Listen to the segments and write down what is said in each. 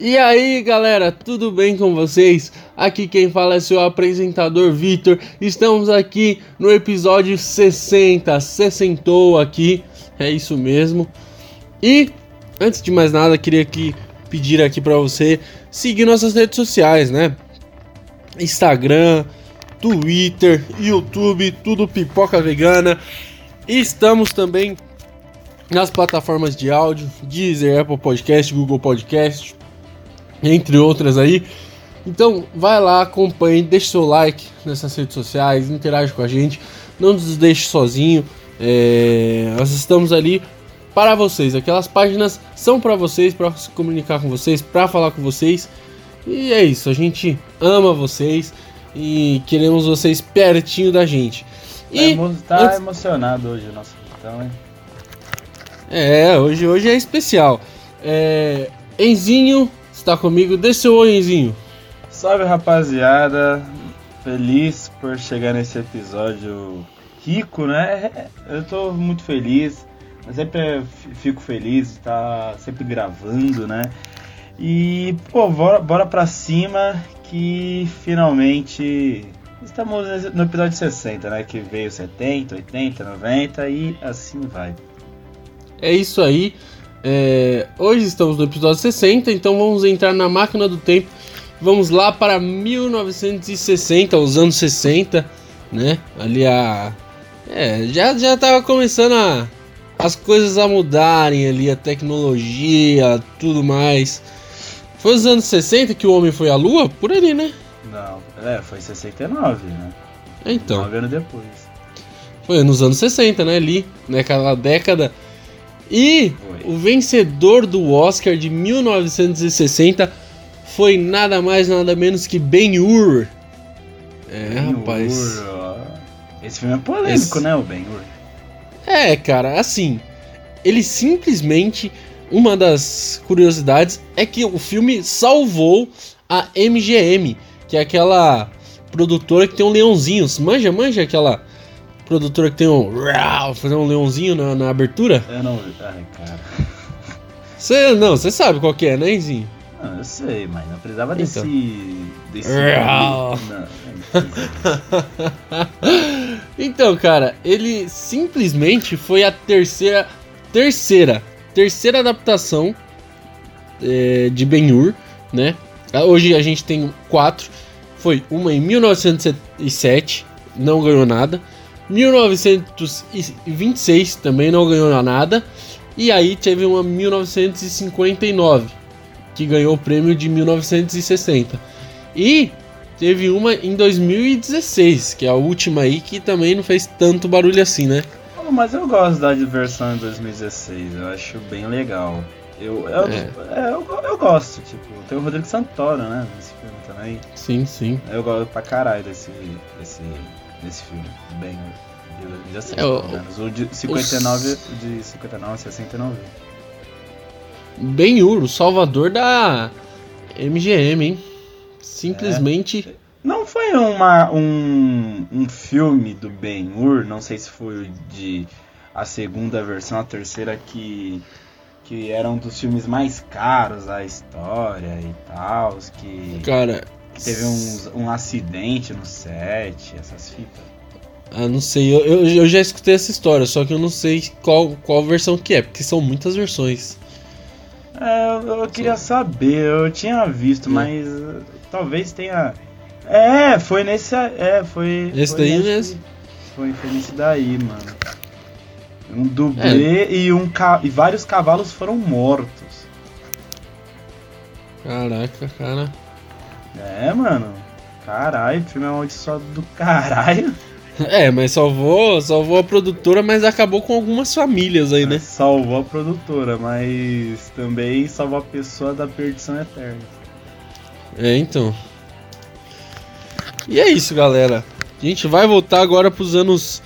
E aí galera, tudo bem com vocês? Aqui quem fala é seu apresentador Vitor. Estamos aqui no episódio 60, sessentou aqui, é isso mesmo. E antes de mais nada, queria pedir aqui pra você seguir nossas redes sociais, né? Instagram, Twitter, YouTube, tudo Pipoca Vegana. E estamos também nas plataformas de áudio, Deezer, Apple Podcast, Google Podcast, entre outras aí. Então vai lá, acompanhe, deixe seu like nessas redes sociais, interage com a gente, não nos deixe sozinho. Nós estamos ali para vocês, aquelas páginas são para vocês, para se comunicar com vocês, para falar com vocês. E é isso, a gente ama vocês e queremos vocês pertinho da gente. E tá emocionado hoje o nosso então, hein? Hoje é especial. Enzinho está comigo, dê seu oi, Enzinho. Salve, rapaziada, feliz por chegar nesse episódio rico, né? Eu tô muito feliz, eu sempre fico feliz de estar sempre gravando, né? E, pô, bora pra cima que finalmente estamos no episódio 60, né? Que veio 70, 80, 90 e assim vai. É isso aí. Hoje estamos no episódio 60, então vamos entrar na máquina do tempo. Vamos lá para 1960, os anos 60, né? Ali já tava começando as coisas a mudarem ali, a tecnologia, tudo mais. Foi os anos 60 que o homem foi à Lua? Por ali, né? Não, foi 69, né? Então. 9 anos depois. Foi nos anos 60, né? Ali, naquela década. E o vencedor do Oscar de 1960 foi nada mais, nada menos que Ben-Hur. Rapaz. Esse filme é polêmico, né, o Ben-Hur? Cara, assim, ele simplesmente... Uma das curiosidades é que o filme salvou a MGM, que é aquela produtora que tem um leãozinho. Manja aquela produtora que tem fazer um leãozinho na abertura? Eu não... Ai, cara... Você sabe qual que é, né, Enzinho? Não, eu sei, mas não precisava desse... Então, cara, ele simplesmente foi a terceira adaptação de Ben-Hur, né? Hoje a gente tem 4. Foi uma em 1907, não ganhou nada. 1926 também não ganhou nada. E aí teve uma em 1959, que ganhou o prêmio de 1960. E teve uma em 2016, que é a última aí, que também não fez tanto barulho assim, né? Mas eu gosto da versão em 2016, eu acho bem legal. Eu gosto, tipo, tem o Rodrigo Santoro, né, nesse filme também. Sim. Eu gosto pra caralho desse filme, bem, de 2016, pelo menos. O de 59, de 59, 60 não vi. Ben-Hur, o salvador da MGM, hein? Simplesmente... Não foi um filme do Ben-Hur, não sei se foi a segunda versão, a terceira, que era um dos filmes mais caros da história e tal, que teve um acidente no set, essas fitas. Não sei, eu já escutei essa história, só que eu não sei qual versão que é, porque são muitas versões. Eu queria saber, eu tinha visto, mas talvez tenha... foi nesse... foi... Esse daí mesmo? Foi nesse daí, mano. Um dublê e vários cavalos foram mortos. Caraca, cara. Mano. Caralho, o filme é amaldiçoado do caralho. Mas salvou a produtora, mas acabou com algumas famílias aí, né? Salvou a produtora, mas também salvou a pessoa da perdição eterna. Então... E é isso, galera. A gente vai voltar agora pros anos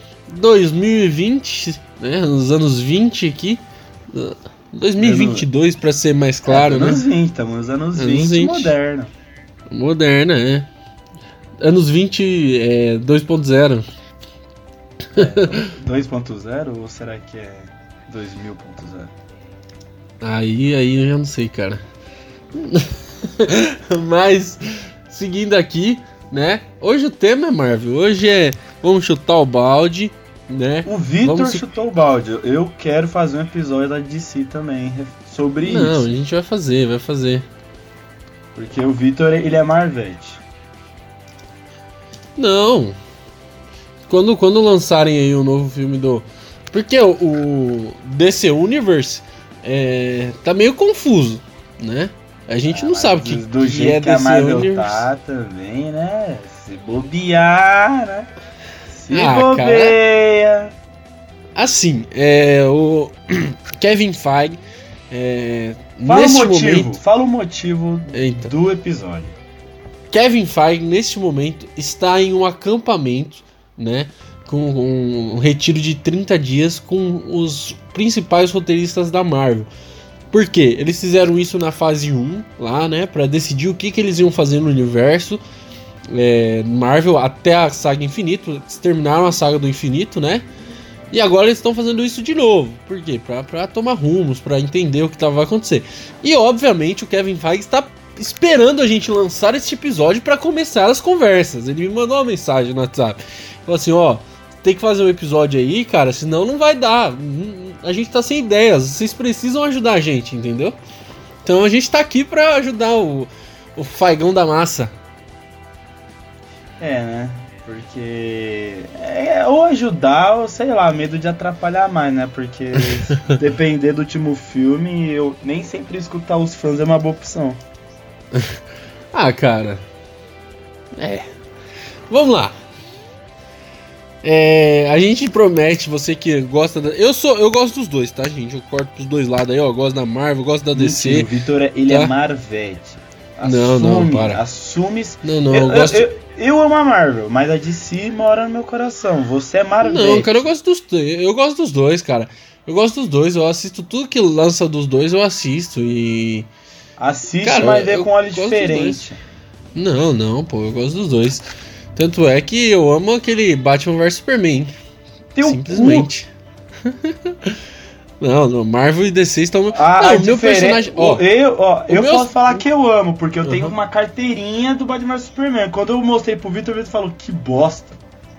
2020, né? Nos anos 20 aqui. 2022, pra ser mais claro, né? Estamos nos anos 20 moderno. Moderna, Anos 20 2.0. 2.0 ou será que é 2000.0? Aí eu já não sei, cara. Mas, seguindo aqui, né? Hoje o tema é Marvel. Hoje é vamos chutar o balde, né? O Vitor chutou o balde. Eu quero fazer um episódio da DC também sobre isso. Não, a gente vai fazer. Porque o Vitor, ele é Marvete. Não. Quando lançarem aí um novo filme do... Porque o DC Universe tá meio confuso, né? A gente não sabe que do jeito é que a DC Marvel Universe. tá também, né? Se bobear, né? Se Cara, bobeia. assim, o Kevin Feige Fala o motivo Eita. do episódio. Kevin Feige, neste momento, está em um acampamento, né? Com um retiro de 30 dias com os principais roteiristas da Marvel. Por quê? Eles fizeram isso na fase 1, lá, né? Pra decidir o que eles iam fazer no universo Marvel até a saga Infinito. Eles terminaram a saga do Infinito, né? E agora eles estão fazendo isso de novo. Por quê? Pra tomar rumos, pra entender o que vai acontecer. E, obviamente, o Kevin Feige está esperando a gente lançar este episódio pra começar as conversas. Ele me mandou uma mensagem no WhatsApp. Falou assim, ó... Tem que fazer um episódio aí, cara, senão não vai dar. A gente tá sem ideias, vocês precisam ajudar a gente, entendeu? Então a gente tá aqui pra ajudar o Faigão da massa. Né? Porque ou ajudar ou, sei lá, medo de atrapalhar mais, né? Porque depender do último filme, eu nem sempre escutar os fãs é uma boa opção. Cara. Vamos lá. A gente promete, você que gosta da... Eu gosto dos dois, tá, gente? Eu corto pros dois lados aí, ó. Eu gosto da Marvel, eu gosto da DC. Mentira, o Vitor, ele é Marvete. Não, para. Assume. Não, eu amo a Marvel, mas a DC mora no meu coração. Você é Marvete. Não, cara, eu gosto dos dois, cara. Eu gosto dos dois, eu assisto tudo que lança dos dois, eu assisto e... Assiste, cara, mas vê com olho diferente. Não, pô, eu gosto dos dois. Tanto é que eu amo aquele Batman vs Superman. Simplesmente. Não, Marvel e DC estão... Não, meu personagem... Eu posso falar que eu amo, porque eu tenho uma carteirinha do Batman vs Superman. Quando eu mostrei pro Vitor, o Vitor falou, que bosta.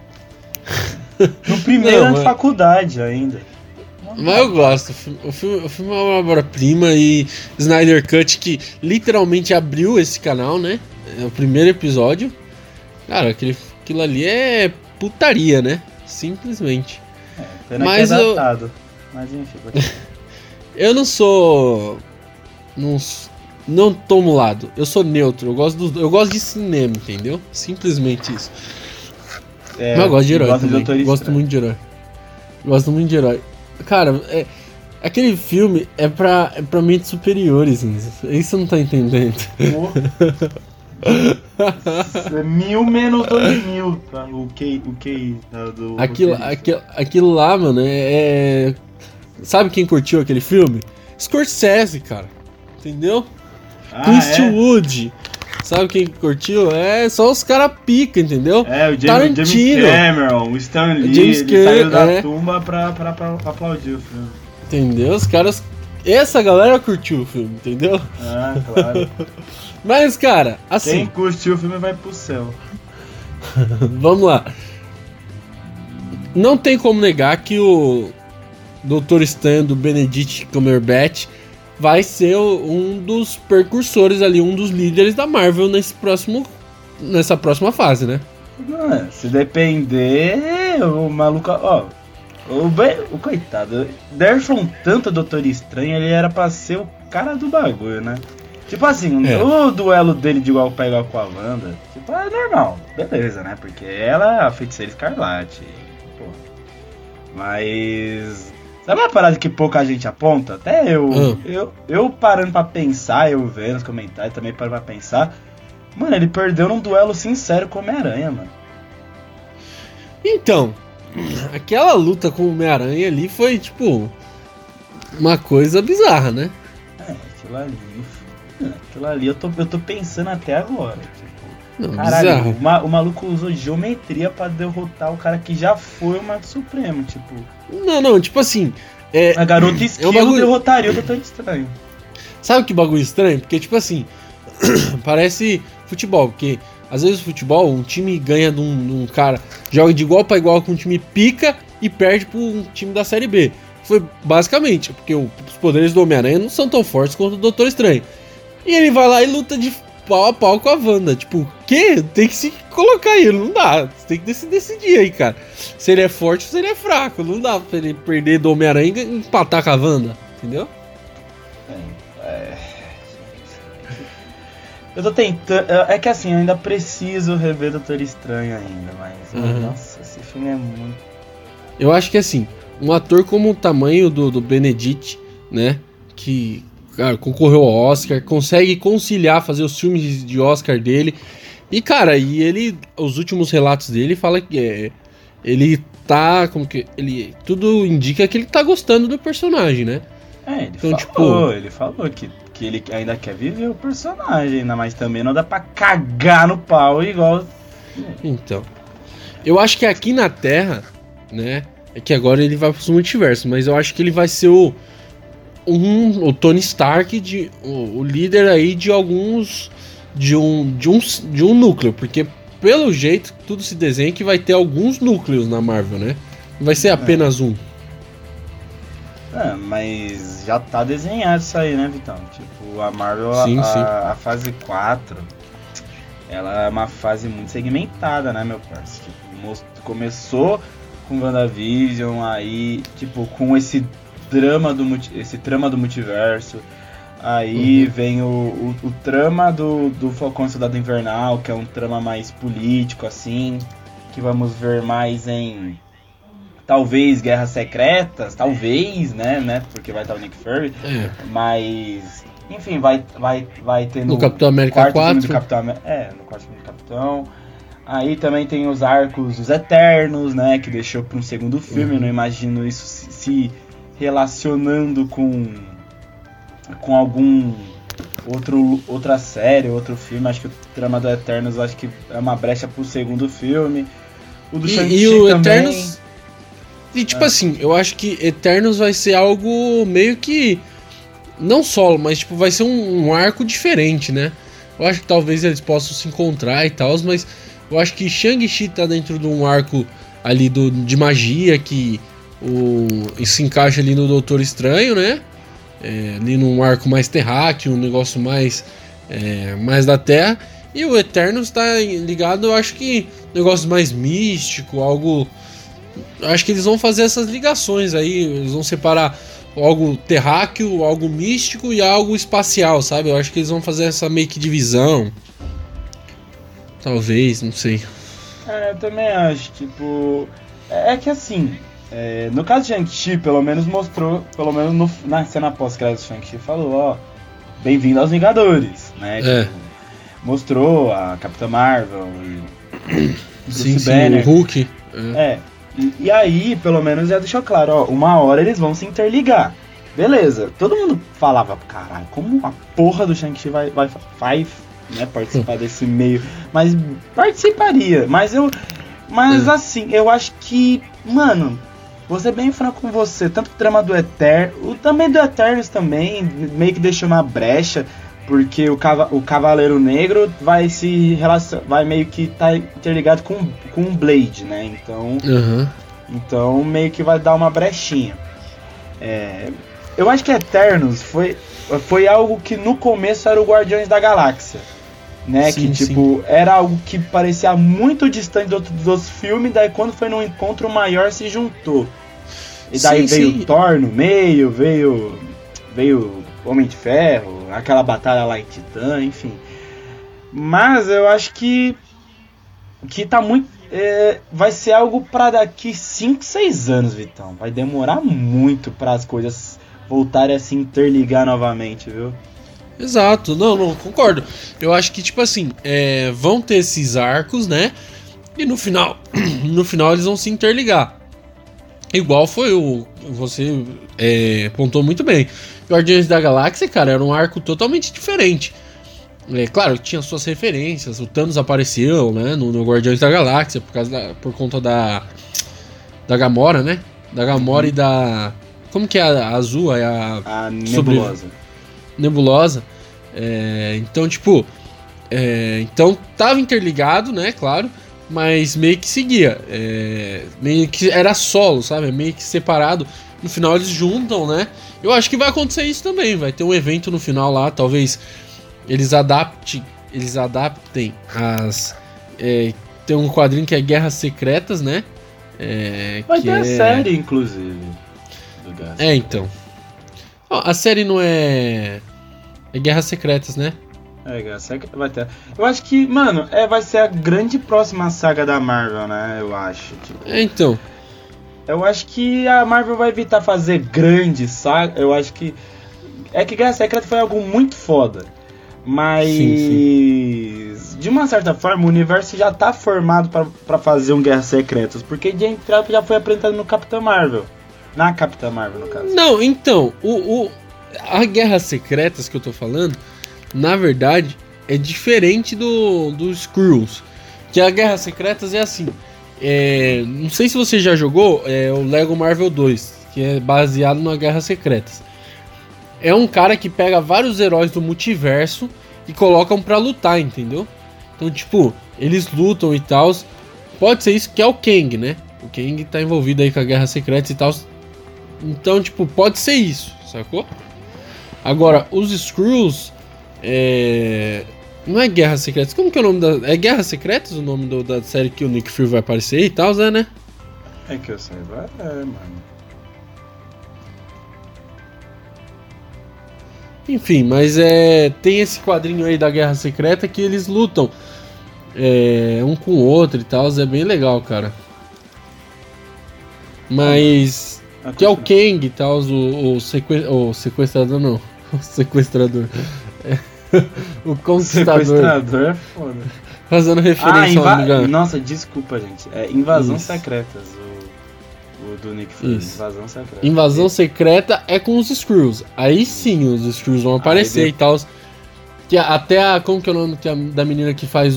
No primeiro ano de faculdade ainda. Mas eu gosto. O filme é uma obra-prima e Snyder Cut, que literalmente abriu esse canal, né? É o primeiro episódio. Cara, aquilo ali é putaria, né? Simplesmente. Pena mas que é adaptado. Mas enfim. Eu não sou... Não tomo lado. Eu sou neutro. Eu gosto de cinema, entendeu? Simplesmente isso. Mas eu gosto de herói também. Gosto muito de herói. Cara, aquele filme é pra mentes superiores. Isso você não tá entendendo. 1000 menos 2000, tá? O QI do... Aquilo lá, mano, Sabe quem curtiu aquele filme? Scorsese, cara. Entendeu? Clint Eastwood. Sabe quem curtiu? Só os caras pica, entendeu? O James Cameron, o Stan Lee, ele saiu da tumba pra aplaudir o filme. Entendeu? Os caras... Essa galera curtiu o filme, entendeu? Claro. Mas, cara, assim... Quem curtiu o filme vai pro céu. Vamos lá. Não tem como negar que o Dr. Stan do Benedict Cumberbatch vai ser um dos precursores ali, um dos líderes da Marvel nessa próxima fase, né? Se depender, o maluco... O coitado, deram tanto Doutor Estranho, ele era pra ser o cara do bagulho, né? Tipo assim, o duelo dele de igual pra igual com a Wanda, tipo, é normal, beleza, né? Porque ela é a Feiticeira Escarlate, pô. Mas... sabe uma parada que pouca gente aponta? Até eu parando pra pensar, eu vendo os comentários, também parando pra pensar. Mano, ele perdeu num duelo sincero com o Homem-Aranha, mano. Então... aquela luta com o Homem-Aranha ali foi, tipo, uma coisa bizarra, né? Aquilo ali eu tô pensando até agora. Tipo, não, caralho, o maluco usou geometria pra derrotar o cara que já foi o Mago Supremo, tipo... Não, tipo assim... a garota esquilo derrotaria o Doutor Estranho. Sabe que bagulho estranho? Porque, tipo assim, parece futebol, porque às vezes o futebol, um time ganha de um cara, joga de igual pra igual com um time pica e perde pro um time da Série B. Foi basicamente, porque os poderes do Homem-Aranha não são tão fortes quanto o Doutor Estranho. E ele vai lá e luta de pau a pau com a Wanda. Tipo, o quê? Tem que se colocar aí, não dá. Você tem que decidir aí, cara. Se ele é forte ou se ele é fraco. Não dá pra ele perder do Homem-Aranha e empatar com a Wanda, entendeu? Eu tô tentando. É que assim, eu ainda preciso rever Doutor Estranho ainda, mas. Nossa, esse filme é muito. Eu acho que assim, um ator como o tamanho do Benedict, né? Que, cara, concorreu ao Oscar, consegue conciliar, fazer os filmes de Oscar dele. E, cara, os últimos relatos dele fala que ele tá. Como que. Tudo indica que ele tá gostando do personagem, né? Ele falou que ele ainda quer viver o personagem, ainda mais também não dá pra cagar no pau igual. Então, eu acho que aqui na Terra, né, é que agora ele vai pro multiverso, mas eu acho que ele vai ser o Tony Stark, o líder aí de alguns, de um núcleo, porque pelo jeito tudo se desenha que vai ter alguns núcleos na Marvel, né, não vai ser apenas um. Mas já tá desenhado isso aí, né, Vitão? Tipo, a Marvel, sim. A fase 4, ela é uma fase muito segmentada, né, meu parceiro? Tipo, começou com WandaVision, aí, tipo, com esse trama do multiverso, aí vem o trama do Falcão e Soldado Invernal, que é um trama mais político, assim, que vamos ver mais em... Talvez Guerras Secretas, talvez, né? Porque vai estar o Nick Fury. Mas, enfim, vai ter no Capitão América 4. No quarto filme do Capitão. Aí também tem os arcos dos Eternos, né? Que deixou para um segundo filme. Eu não imagino isso se relacionando com algum outra série, outro filme. Acho que o trama do Eternos acho que é uma brecha pro segundo filme. O do Shang-Chi e o também. Eternos... E tipo assim, eu acho que Eternos vai ser algo meio que... Não solo, mas tipo, vai ser um arco diferente, né? Eu acho que talvez eles possam se encontrar e tal, mas eu acho que Shang-Chi tá dentro de um arco ali de magia que se encaixa ali no Doutor Estranho, né? Ali num arco mais terráqueo, um negócio mais da Terra. E o Eternos tá ligado, eu acho que negócio mais místico, algo... Acho que eles vão fazer essas ligações aí, eles vão separar algo terráqueo, algo místico e algo espacial, sabe? Eu acho que eles vão fazer essa meio que divisão. Talvez, não sei. Eu também acho, tipo... É que assim, no caso de Shang-Chi, pelo menos mostrou, pelo menos na cena pós-crédito, Shang-Chi falou, ó, bem-vindo aos Vingadores, né? Tipo, mostrou a Capitã Marvel e Bruce Banner, o Hulk. E aí, pelo menos já deixou claro, ó, uma hora eles vão se interligar. Beleza, todo mundo falava, caralho, como a porra do Shang-Chi vai né, participar desse meio. Mas participaria, assim, eu acho que, mano, vou ser bem franco com você, tanto o trama do também do Eternos também, meio que deixou uma brecha, porque o Cavaleiro Negro vai meio que tá interligado com o Blade, né? Então meio que vai dar uma brechinha. Eu acho que Eternos foi algo que no começo era o Guardiões da Galáxia, né? Sim, que tipo, era algo que parecia muito distante dos filmes, daí quando foi num encontro maior se juntou. E daí veio Thor no meio, veio Homem de Ferro, aquela batalha lá em Titã, enfim. Mas eu acho que tá muito... vai ser algo pra daqui 5, 6 anos, Vitão. Vai demorar muito para as coisas voltarem a se interligar novamente, viu? Exato, não, concordo. Eu acho que, tipo assim, vão ter esses arcos, né? E no final eles vão se interligar. Igual foi você apontou muito bem. Guardiões da Galáxia, cara, era um arco totalmente diferente. Claro, tinha suas referências. O Thanos apareceu, né, no Guardiões da Galáxia por conta da Gamora, né? Da Gamora e da... Como que é a azul? É a Nebulosa. nebulosa. Então, tipo... então tava interligado, né, claro, mas meio que seguia, meio que era solo, sabe, meio que separado. No final eles juntam, né. Eu acho que vai acontecer isso também, vai ter um evento no final lá, talvez eles adaptem as... tem um quadrinho que é Guerras Secretas, né. Vai ter a série, inclusive, do Guerras Secretas. Então. A série não é Guerras Secretas, né? Vai ter. Eu acho que, mano, vai ser a grande próxima saga da Marvel, né? Eu acho. Tipo, Então. Eu acho que a Marvel vai evitar fazer grandes sagas. Eu acho que. É que Guerra Secreta foi algo muito foda. Mas. Sim. De uma certa forma, o universo já tá formado pra fazer um Guerras Secretas. Porque de entrada já foi apresentado no Capitã Marvel. Na Capitã Marvel, no caso. Não, então. A Guerras Secretas que eu tô falando. Na verdade, é diferente do Skrulls. Que a Guerras Secretas é assim. Não sei se você já jogou o Lego Marvel 2, que é baseado na Guerras Secretas. É um cara que pega vários heróis do multiverso e colocam pra lutar, entendeu? Então, tipo, eles lutam e tal. Pode ser isso que é o Kang, né? O Kang tá envolvido aí com a Guerras Secretas e tal. Então, tipo, pode ser isso, sacou? Agora, os Skrulls... Não é Guerras Secretas. Como que é o nome da... É Guerras Secretas o nome da série que o Nick Fury vai aparecer e tal, né? É que eu sei, mano. Enfim, mas tem esse quadrinho aí da Guerra Secreta que eles lutam um com o outro e tal. É bem legal, cara. Mas... que é o Kang e tal, o sequestrador não. O sequestrador. O Conquistador. Sequestrador é foda. Fazendo referência ao amigo. Nossa, desculpa, gente. É Invasão Secretas, o do Nick Fury. Invasão Secreta. Invasão Secreta é com os Skrulls. Aí sim, os Skrulls vão aparecer e tal. Que até como que é o nome da menina que faz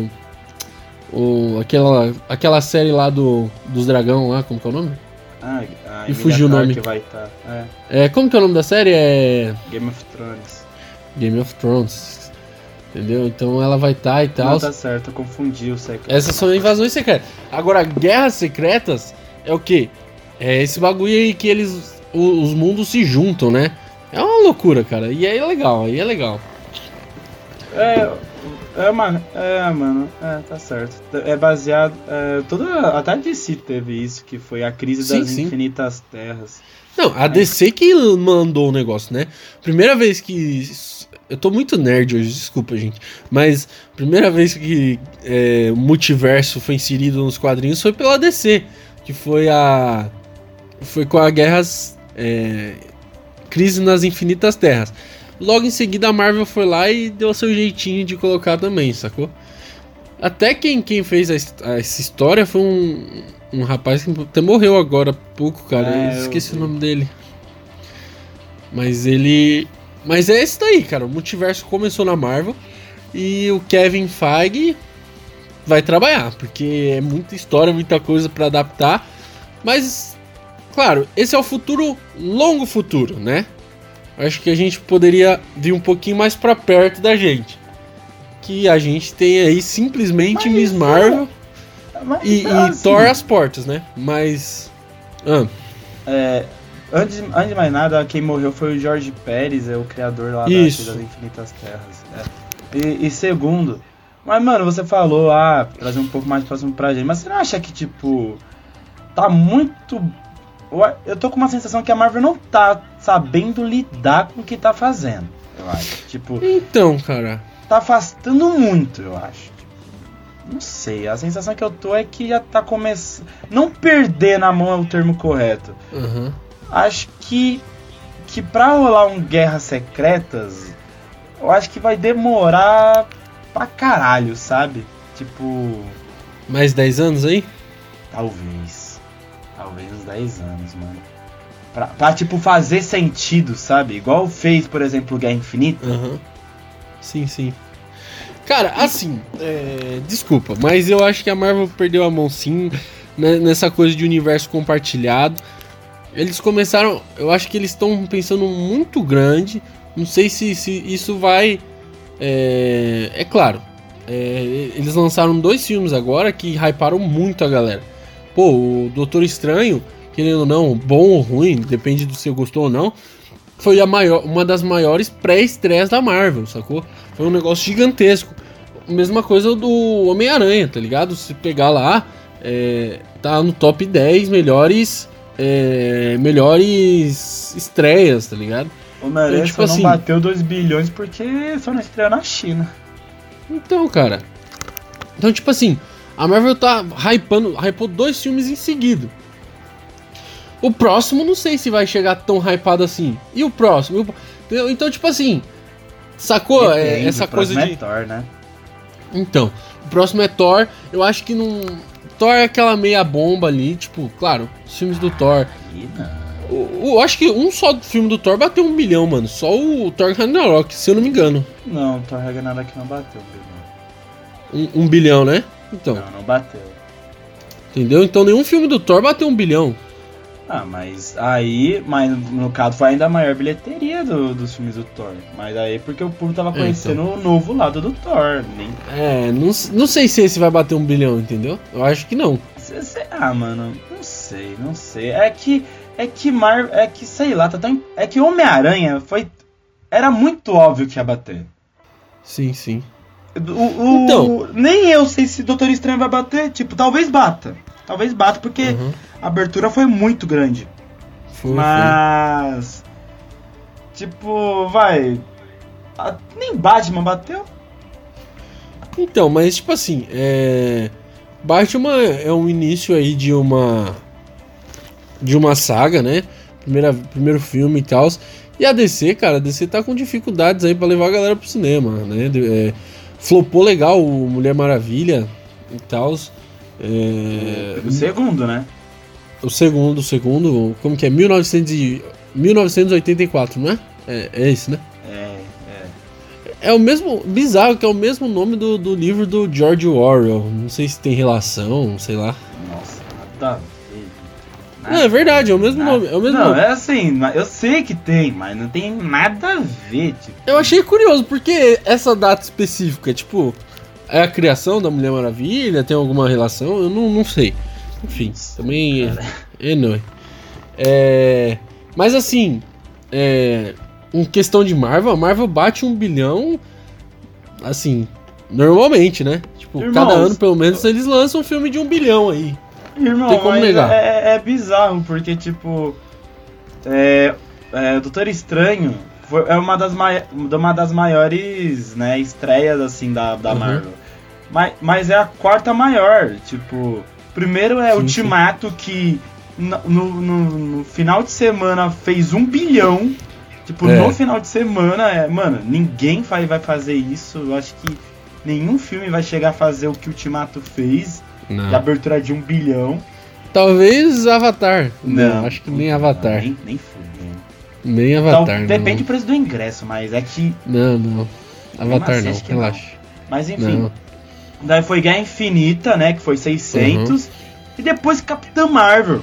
aquela série lá dos dragão lá, como que é o nome? E fugiu o nome. Que vai tá. Como que é o nome da série? Game of Thrones. Game of Thrones. Entendeu? Então ela vai estar e tal. Não, tá certo, eu confundi o secreto. Essas são invasões secretas. Agora, Guerras Secretas é o quê? É esse bagulho aí que os mundos se juntam, né? É uma loucura, cara. E aí é legal, Mano, tá certo. É baseado. Até a DC teve isso, que foi a crise das infinitas terras. Não, a DC que mandou o negócio, né? Primeira vez que... Eu tô muito nerd hoje, desculpa, gente. Mas primeira vez que o multiverso foi inserido nos quadrinhos foi pela DC. Que foi com a Guerras... Crise nas Infinitas Terras. Logo em seguida a Marvel foi lá e deu seu jeitinho de colocar também, sacou? Até quem fez essa história foi um rapaz que até morreu agora há pouco, cara. Eu esqueci o nome dele. Mas é esse daí, cara. O multiverso começou na Marvel e o Kevin Feige vai trabalhar, porque é muita história, muita coisa pra adaptar. Mas, claro, esse é o futuro, longo futuro, né? Acho que a gente poderia vir um pouquinho mais pra perto da gente. Que a gente tem aí simplesmente Miss Marvel e Thor às portas, né? Mas... Antes de mais nada, quem morreu foi o Jorge Pérez, o criador lá das Infinitas Terras. E segundo... Mas, mano, você falou, trazer um pouco mais próximo pra gente. Mas você não acha que, tipo... Tá muito... Eu tô com uma sensação que a Marvel não tá sabendo lidar com o que tá fazendo, eu acho. Tipo... Então, cara... Tá afastando muito, eu acho. Não sei, a sensação que eu tô é que já tá começando... Não perder na mão é o termo correto. Uhum. Acho que pra rolar um Guerras Secretas, eu acho que vai demorar pra caralho, sabe? Tipo... Mais 10 anos aí? Talvez uns 10 anos, mano. Pra tipo, fazer sentido, sabe? Igual fez, por exemplo, Guerra Infinita. Uhum. Sim. Cara, assim, desculpa, mas eu acho que a Marvel perdeu a mão sim, né, nessa coisa de universo compartilhado. Eles começaram, eu acho que eles estão pensando muito grande, Não sei se isso vai... É claro, eles lançaram 2 filmes agora que hyparam muito a galera. Pô, o Doutor Estranho, querendo ou não, bom ou ruim, depende do se eu gostou ou não, foi uma das maiores pré-estreias da Marvel, sacou? Foi um negócio gigantesco. Mesma coisa do Homem-Aranha, tá ligado? Se pegar lá, tá no top 10 melhores estreias, tá ligado? O Homem-Aranha só não bateu 2 bilhões porque só não estreou na China. Então, cara. Então, tipo assim, a Marvel tá hypou 2 filmes em seguida. O próximo não sei se vai chegar tão hypado assim. E o próximo? Então, tipo assim, sacou? Essa coisa de... Thor, né? Então, o próximo é Thor. Eu acho que não... Thor é aquela meia bomba ali, tipo, claro, os filmes do Thor. Eu acho que um só filme do Thor bateu 1 bilhão, mano. Só o Thor Ragnarok, se eu não me engano. Não, o Thor Ragnarok não bateu 1 bilhão. 1 bilhão, né? Então. Não bateu. Entendeu? Então nenhum filme do Thor bateu 1 bilhão. Mas no caso foi ainda a maior bilheteria dos filmes do Thor. Mas aí porque o público tava conhecendo o novo lado do Thor. Não sei se esse vai bater 1 bilhão, entendeu? Eu acho que não. Mano, não sei. É que sei lá, é que Homem-Aranha era muito óbvio que ia bater. Sim. Então, nem eu sei se Doutor Estranho vai bater, tipo, talvez bata porque a abertura foi muito grande. Mas tipo, nem Batman bateu. Então, mas tipo assim, Batman é um início aí de uma saga, né? Primeiro filme e tal. E a DC, cara, a DC tá com dificuldades aí pra levar a galera pro cinema, né? Flopou legal o Mulher Maravilha e tal. O segundo, né? O segundo, como que é? 1984, não é? É esse, né? É o mesmo, bizarro, que é o mesmo nome do livro do George Orwell. Não sei se tem relação, sei lá. Nossa, nada a ver. Não, é verdade, é o mesmo nome. Nome. É assim, eu sei que tem, mas não tem nada a ver, tipo. Eu achei curioso, porque essa data específica, tipo, é a criação da Mulher Maravilha, tem alguma relação? Eu não sei. Enfim, também não. Mas assim, em questão de Marvel, a Marvel bate 1 bilhão, assim, normalmente, né? Tipo, irmãos, cada ano pelo menos eles lançam um filme de 1 bilhão aí. Irmão, tem como negar. É bizarro, porque tipo, Doutor Estranho é uma das maiores, né, estreias assim da Marvel. Mas é a 4ª maior, tipo, primeiro é Ultimato, que no final de semana fez 1 bilhão. Tipo, no final de semana, mano, ninguém vai fazer isso. Eu acho que nenhum filme vai chegar a fazer o que o Ultimato fez. De abertura de 1 bilhão. Talvez Avatar. Não, acho que nem Avatar. Nem fudeu. Nem Avatar, então, depende do preço do ingresso, mas é que... Não. Avatar não, relaxa. Não. Mas enfim. Daí foi Guerra Infinita, né, que foi 600. E depois Capitã Marvel.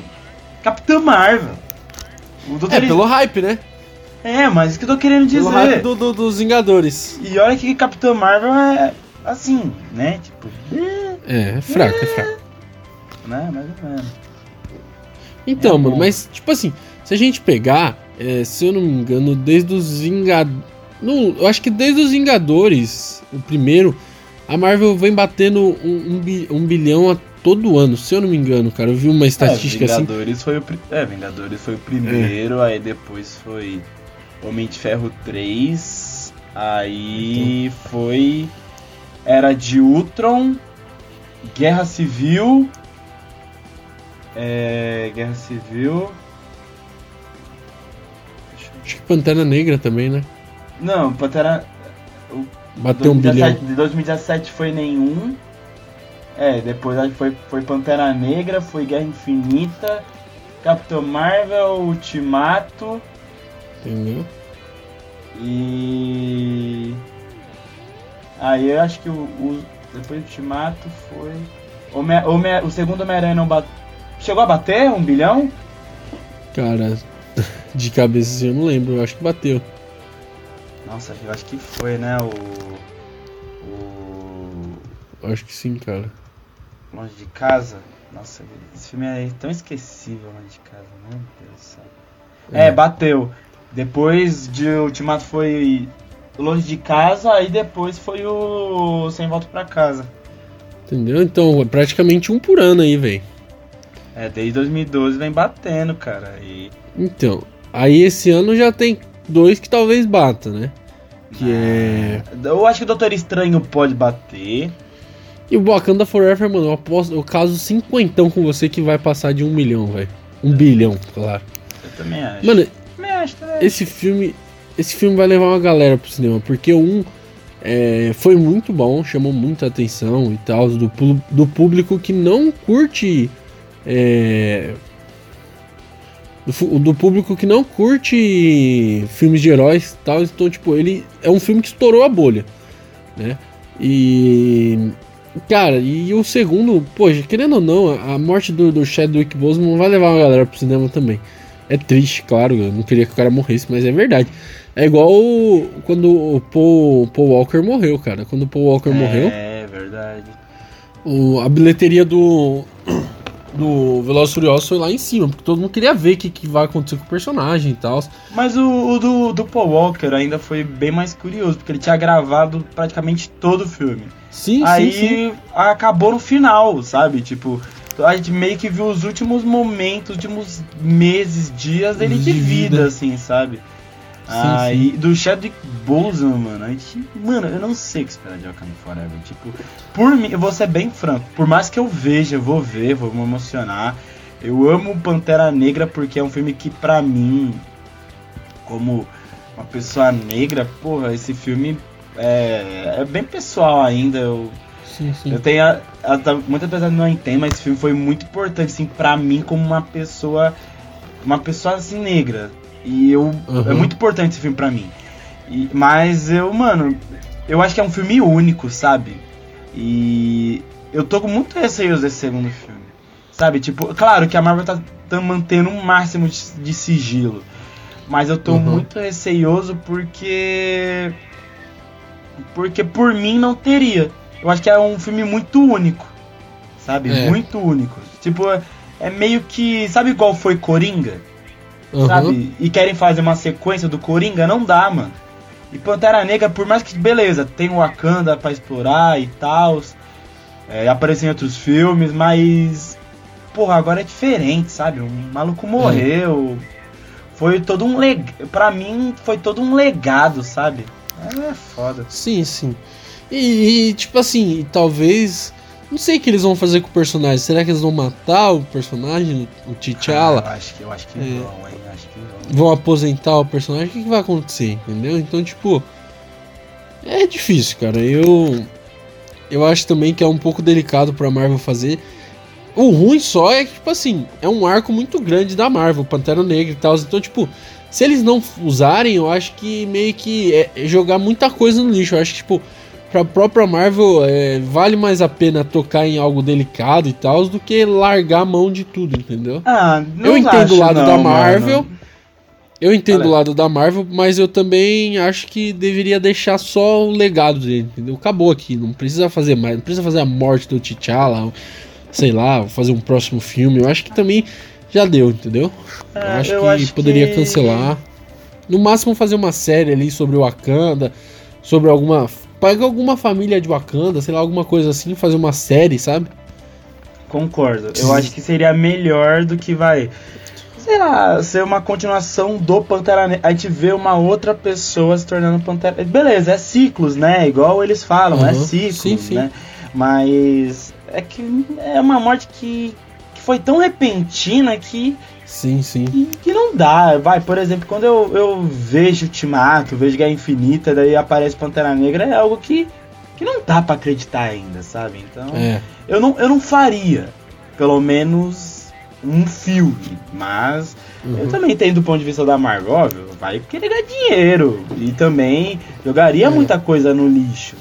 Pelo hype, né? Mas isso que eu tô querendo dizer. Pelo hype dos Vingadores. E olha que Capitã Marvel é assim, né, tipo... É fraco. Né, mais ou menos. Então, mano, mas, tipo assim, se a gente pegar, se eu não me engano, desde os Vingadores... Eu acho que desde os Vingadores, o primeiro, a Marvel vem batendo 1 bilhão a todo ano, se eu não me engano, cara. Eu vi uma estatística Vingadores assim... Vingadores foi o primeiro, aí depois foi Homem de Ferro 3, aí foi... Era de Ultron, Guerra Civil. Acho que Pantera Negra também, né? Não, Pantera. Bateu 1 bilhão. De 2017 foi nenhum. Depois acho que foi Pantera Negra, foi Guerra Infinita, Capitão Marvel, Ultimato. Entendeu? E. Aí eu acho que depois do Ultimato foi... O segundo Homem-Aranha não bateu... Chegou a bater 1 bilhão? Cara, de cabeça eu não lembro, eu acho que bateu. Nossa, eu acho que foi, né? Acho que sim, cara. Longe de Casa. Nossa, esse filme é tão esquecível, Longe de Casa, meu Deus do céu. Bateu. Depois de Ultimato foi Longe de Casa, aí depois foi o Sem Volta Pra Casa. Entendeu? Então, é praticamente um por ano aí, velho. Desde 2012 vem batendo, cara. Então, aí esse ano já tem 2 que talvez bata, né? Que é... Eu acho que o Doutor Estranho pode bater. E o Wakanda Forever, mano, eu caso 50 com você que vai passar de 1 milhão, velho. 1 bilhão, claro. Eu também acho. Mano, também acho, também. Esse filme vai levar uma galera pro cinema, porque foi muito bom, chamou muita atenção e tal, do público que não curte... do público que não curte filmes de heróis e tal, então, tipo, ele é um filme que estourou a bolha, né? E... Cara, e o segundo, poxa, querendo ou não, a morte do Chadwick Boseman vai levar uma galera pro cinema também. É triste, claro, eu não queria que o cara morresse, mas é verdade. É igual quando o Paul Walker morreu, cara. Quando o Paul Walker morreu... É verdade. A bilheteria do Velozes e Furiosos foi lá em cima, porque todo mundo queria ver o que vai acontecer com o personagem e tal. Mas o do Paul Walker ainda foi bem mais curioso, porque ele tinha gravado praticamente todo o filme. Sim. Acabou no final, sabe? Tipo, a gente meio que viu os últimos momentos, os últimos meses, dias dele de vida, assim, sabe? Sim. Do Chadwick Boseman, mano, eu não sei o que esperar de Wakanda Forever. Tipo, por mim, eu vou ser bem franco, por mais que eu veja, eu vou me emocionar. Eu amo Pantera Negra porque é um filme que, pra mim, como uma pessoa negra, porra, esse filme é bem pessoal ainda. Sim. Eu tenho. Muitas pessoas não entendem, mas esse filme foi muito importante, assim, pra mim, como uma pessoa assim, negra. E é muito importante esse filme pra mim. Mas eu acho que é um filme único, sabe? E eu tô com muito receio desse segundo filme, sabe? Tipo, claro que a Marvel tá mantendo um máximo de sigilo, mas eu tô muito receioso porque por mim não teria. Eu acho que é um filme muito único, sabe? Muito único. Tipo, é meio que... Sabe igual foi Coringa? Sabe? E querem fazer uma sequência do Coringa? Não dá, mano. E Pantera Negra, por mais que, beleza, tem o Wakanda pra explorar e tal, aparecer em outros filmes, mas... Porra, agora é diferente, sabe? O maluco morreu. Foi todo um legado. Pra mim, foi todo um legado, sabe? É foda. Sim. E tipo assim, talvez... Não sei o que eles vão fazer com o personagem. Será que eles vão matar o personagem, o T'Challa? Eu acho que vão, hein? Acho que vão. Vão aposentar o personagem? O que vai acontecer, entendeu? Então, tipo... É difícil, cara. Eu acho também que é um pouco delicado pra Marvel fazer. O ruim só é que, tipo assim, é um arco muito grande da Marvel, Pantera Negra e tal. Então, tipo, se eles não usarem, eu acho que meio que é jogar muita coisa no lixo. Eu acho que, tipo, pra própria Marvel vale mais a pena tocar em algo delicado e tal do que largar a mão de tudo, entendeu? Eu entendo o lado da Marvel. Mano. Eu entendo o lado da Marvel, mas eu também acho que deveria deixar só o legado dele, entendeu? Acabou aqui, não precisa fazer mais, não precisa fazer a morte do T'Challa, sei lá, fazer um próximo filme. Eu acho que também já deu, entendeu? Eu acho que poderia cancelar. No máximo fazer uma série ali sobre o Wakanda, sobre pega alguma família de Wakanda, sei lá, alguma coisa assim, fazer uma série, sabe? Concordo. Eu acho que seria melhor do que sei lá, ser uma continuação do Pantera Negra. A gente vê uma outra pessoa se tornando Pantera. Beleza, é ciclos, né? Igual eles falam, é ciclos, sim. Né? Mas é que é uma morte que foi tão repentina que... Sim. Que não dá. Por exemplo, quando eu vejo Ultimato, vejo Guerra Infinita, daí aparece Pantera Negra, é algo que não dá pra acreditar ainda, sabe? Então, eu não faria, pelo menos, um filme, mas eu também entendo do ponto de vista da Marvel, óbvio, vai querer ganhar dinheiro e também jogaria muita coisa no lixo,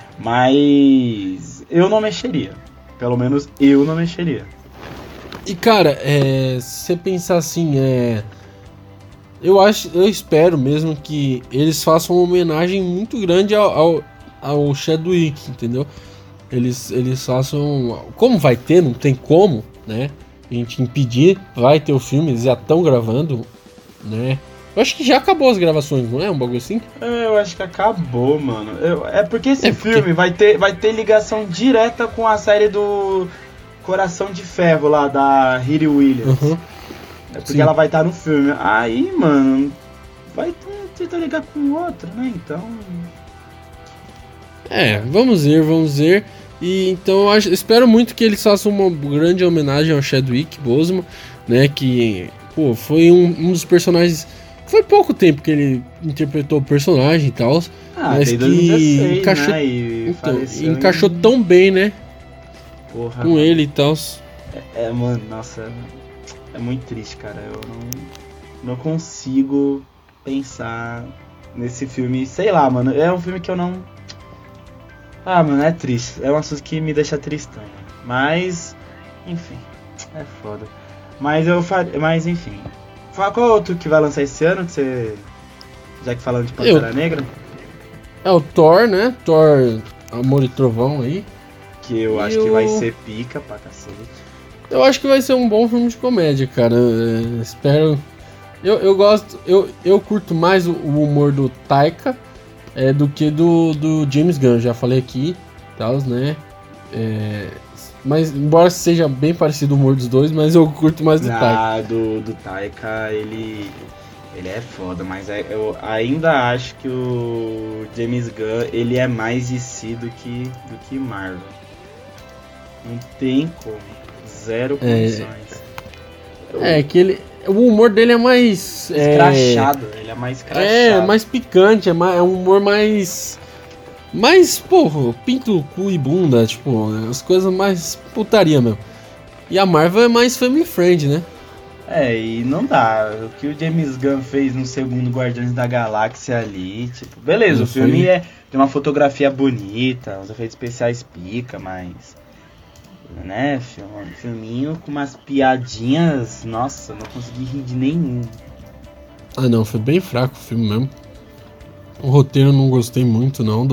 mas eu não mexeria, pelo menos eu não mexeria. E cara, se você pensar assim, eu espero mesmo que eles façam uma homenagem muito grande ao Chadwick, entendeu? Eles façam... Como vai ter, não tem como, né? A gente impedir, vai ter o filme, eles já estão gravando, né? Eu acho que já acabou as gravações, não é? Um bagulho assim? Eu acho que acabou, mano. É porque esse filme vai ter ligação direta com a série do Coração de Ferro lá, da Riri Williams. Uhum. É porque ela vai estar no filme. Aí, mano, vai tentar ligar com o outro, né? Então... Vamos ver. E então eu espero muito que eles façam uma grande homenagem ao Chadwick Boseman, né? Que, pô, foi um dos personagens. Foi pouco tempo que ele interpretou o personagem e tal. Mas que 2016, encaixou, né? E encaixou tão bem, né? Porra, com ele e tal. Mano, nossa, é muito triste, cara. Eu não consigo pensar nesse filme. Sei lá, mano. É um filme que eu não. Ah, mano, é triste. É um assunto que me deixa tristão. Mas, enfim, é foda. Mas enfim. Qual outro que vai lançar esse ano? Que você. Já que falando de Pantera Negra? É o Thor, né? Thor Amor e Trovão aí. Que eu acho que vai ser pica pra cacete. Eu acho que vai ser um bom filme de comédia, cara. Espero. Eu gosto. Eu curto mais o humor do Taika. Do que do James Gunn, já falei aqui, tal, né? Mas, embora seja bem parecido o humor dos dois, mas eu curto mais do Taika. Do Taika, ele é foda, mas eu ainda acho que o James Gunn, ele é mais DC do que Marvel. Não tem como. Zero condições. Que o humor dele é mais... Escrachado, ele é mais escrachado. Mais picante, é um humor mais... porra, pinto, cu e bunda, tipo, as coisas mais putaria mesmo. E a Marvel é mais family friend, né? E não dá. O que o James Gunn fez no segundo Guardiões da Galáxia ali, tipo... Beleza, o filme tem uma fotografia bonita, os efeitos especiais pica, mas... Né, filminho com umas piadinhas, nossa, não consegui rir de nenhum. Ah não, foi bem fraco o filme mesmo. O roteiro eu não gostei muito não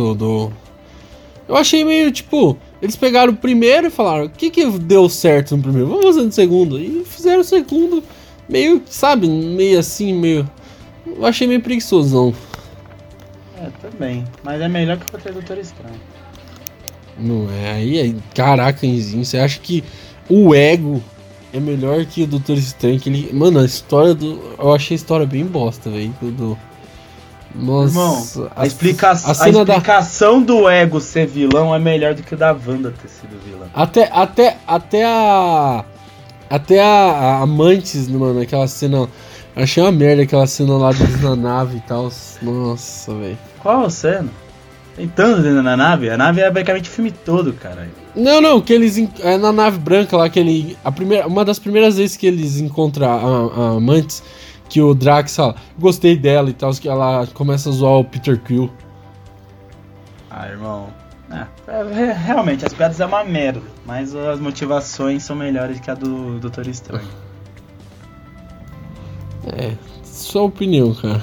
Eu achei meio tipo, eles pegaram o primeiro e falaram, o que deu certo no primeiro? Vamos fazer no segundo. E fizeram o segundo meio, sabe, meio assim, meio... Eu achei meio preguiçosão. Também, mas é melhor que o roteiro do Doutor Estranho. Não é, aí caraca, Enzinho, você acha que o Ego é melhor que o Doutor Estranho? Que ele, mano, a história eu achei a história bem bosta, velho. Nossa, irmão, a explicação do Ego ser vilão é melhor do que o da Wanda ter sido vilã. Até a Amantes, mano, aquela cena, achei uma merda aquela cena lá deles na nave e tal. Nossa, velho. Qual cena? Tem tanto dentro da nave? A nave é basicamente o filme todo, cara. Não, que eles... na nave branca lá, que uma das primeiras vezes que eles encontram a Amantes, que o Drax fala, gostei dela e tal, que ela começa a zoar o Peter Quill. Irmão... realmente, as piadas é uma merda, mas as motivações são melhores que a do Doutor Estranho. Sua opinião, cara.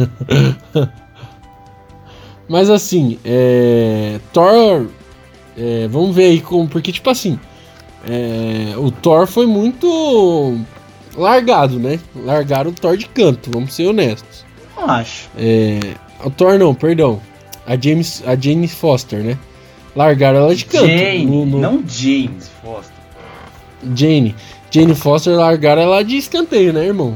Mas assim, Thor, vamos ver aí como, porque tipo assim, o Thor foi muito largado, né? Largaram o Thor de canto, vamos ser honestos. Não acho. O Thor não, perdão, a Jane Foster, né? Largaram ela de canto. Não James Foster. Jane Foster, largaram ela de escanteio, né, irmão?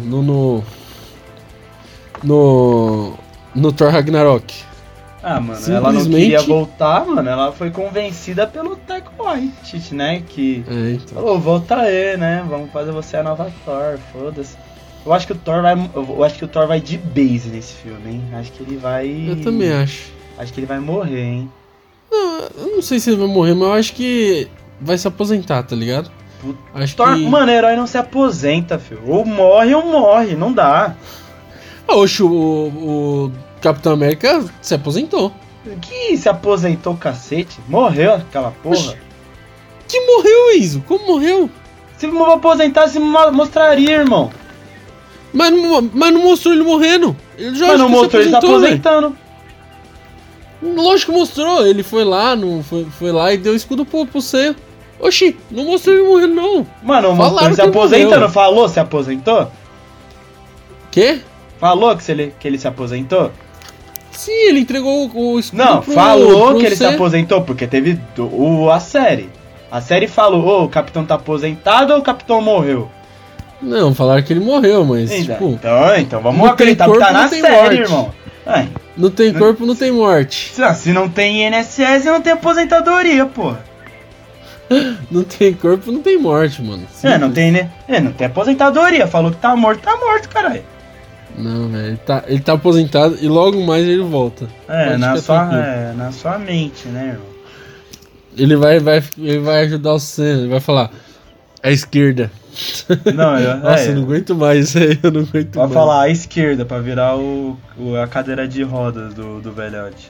No Thor Ragnarok. Mano, ela não queria voltar, mano. Ela foi convencida pelo Taika Waititi, né? Que falou, volta aí, né? Vamos fazer você a nova Thor, foda-se. Eu acho que o Thor vai de base nesse filme, hein? Acho que ele vai... Eu também acho. Acho que ele vai morrer, hein? Eu não sei se ele vai morrer, mas eu acho que vai se aposentar, tá ligado? Acho Thor, mano, herói não se aposenta, filho. Ou morre, não dá. Oxe, o Capitão América se aposentou. Que se aposentou, cacete? Morreu aquela porra. Oxi, que morreu, Enzo? Como morreu? Se aposentar, se mostraria, irmão. Mas não mostrou ele morrendo. Mas não mostrou ele se aposentando. Lógico que mostrou. Ele foi lá, foi lá e deu o escudo pro Seiya. Oxi, não mostrou ele morrendo, não. Mano, não mostrou ele se aposentando. Falou se aposentou? Quê? Falou que ele se aposentou? Sim, ele entregou o escudo Não, falou que ele se aposentou, porque teve a série. A série falou, o capitão tá aposentado ou o capitão morreu? Não, falaram que ele morreu, mas tipo... Então vamos acreditar que tá na série, irmão. Ai, não tem corpo, não tem morte. Se não tem INSS, não tem aposentadoria, porra. Não tem corpo, não tem morte, mano. Não tem, né? Não tem aposentadoria. Falou que tá morto, caralho. Não, velho. Ele tá aposentado e logo mais ele volta. Na sua mente, né, irmão? Ele vai ajudar o Senna, ele vai falar a esquerda. Não, Nossa, eu não aguento mais isso aí, eu não aguento mais. Vai falar a esquerda pra virar a cadeira de rodas do velhote.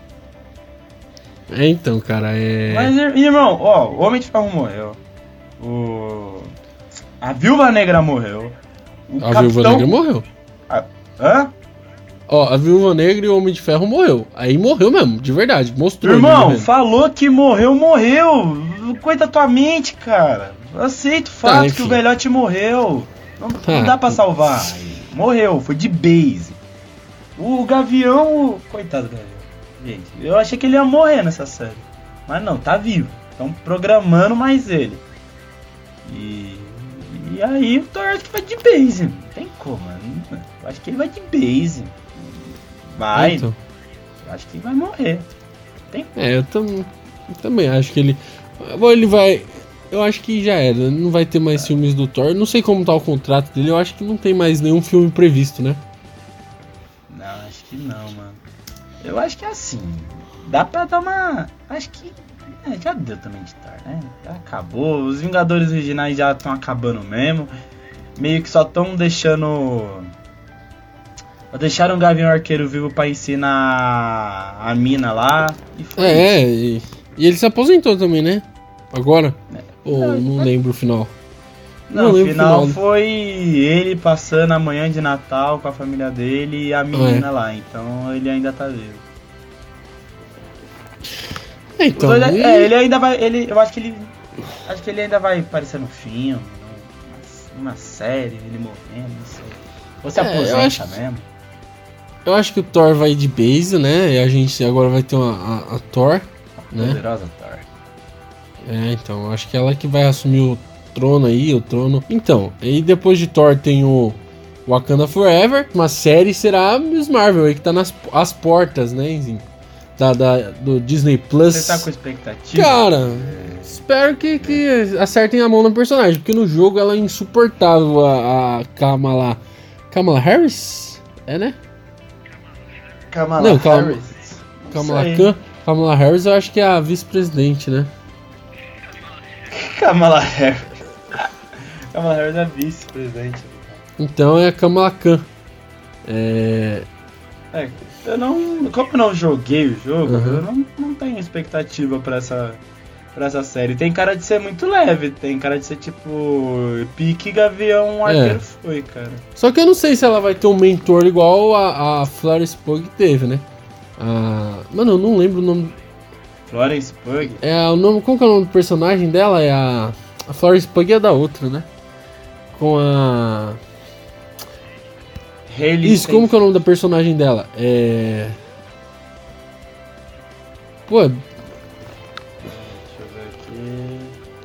Então, cara, Mas, irmão, o Homem de Ferro morreu. A Viúva Negra morreu. Viúva Negra morreu. Hã? A Viúva Negra e o Homem de Ferro morreu. Aí morreu mesmo, de verdade. Mostrou. Irmão, falou que morreu. Cuida da tua mente, cara. Aceita o fato que o velhote morreu. Não dá pra salvar. Morreu, foi de base. O Gavião... Coitado do Gavião. Gente, eu achei que ele ia morrer nessa série. Mas não, tá vivo. Estão programando mais ele. E aí o Thor acho que vai de base. Não tem como, mano. Eu acho que ele vai de base. Vai. Então. Eu acho que ele vai morrer. Tem como. Eu também acho que ele... Bom, ele vai... Eu acho que já era. Não vai ter mais filmes do Thor. Não sei como tá o contrato dele. Eu acho que não tem mais nenhum filme previsto, né? Não, acho que não, mano. Eu acho que é assim. Dá pra dar uma... Acho que... já deu também de Thor, né? Já acabou. Os Vingadores originais já estão acabando mesmo. Meio que só estão deixando... Deixaram o Gavião Arqueiro vivo pra ensinar a mina lá. E ele se aposentou também, né? Agora? Não lembro o final. Não, o final foi ele passando a manhã de Natal com a família dele e a menina lá. Então ele ainda tá vivo. Então, ele ainda vai. Eu acho que ele ainda vai aparecer no filme, numa série, ele morrendo, não sei. Ou se aposenta mesmo. Eu acho que o Thor vai de base, né? E a gente agora vai ter a Thor, né? Poderosa Thor. Então, acho que ela que vai assumir o trono aí, Então, aí depois de Thor tem o Wakanda Forever. Uma série será Miss Marvel aí, que tá às portas, né? Do Disney Plus. Você tá com expectativa? Cara, espero que acertem a mão no personagem, porque no jogo ela é insuportável, a Kamala Harris? Né? Kamala Harris. Kamala Harris eu acho que é a vice-presidente, né? Kamala Harris. Kamala Harris é a vice-presidente. Então é a Kamala Khan. Como eu não joguei o jogo, eu não tenho expectativa pra essa série. Tem cara de ser muito leve, tem cara de ser tipo pique Gavião Arqueiro foi, cara. Só que eu não sei se ela vai ter um mentor igual a Florence Pugh teve, né? Mano, eu não lembro o nome. Florence Pugh? O nome, como que é o nome do personagem dela? A Florence Pugh é da outra, né? Com a... Isso, como que é o nome da personagem dela? Pô... Deixa eu ver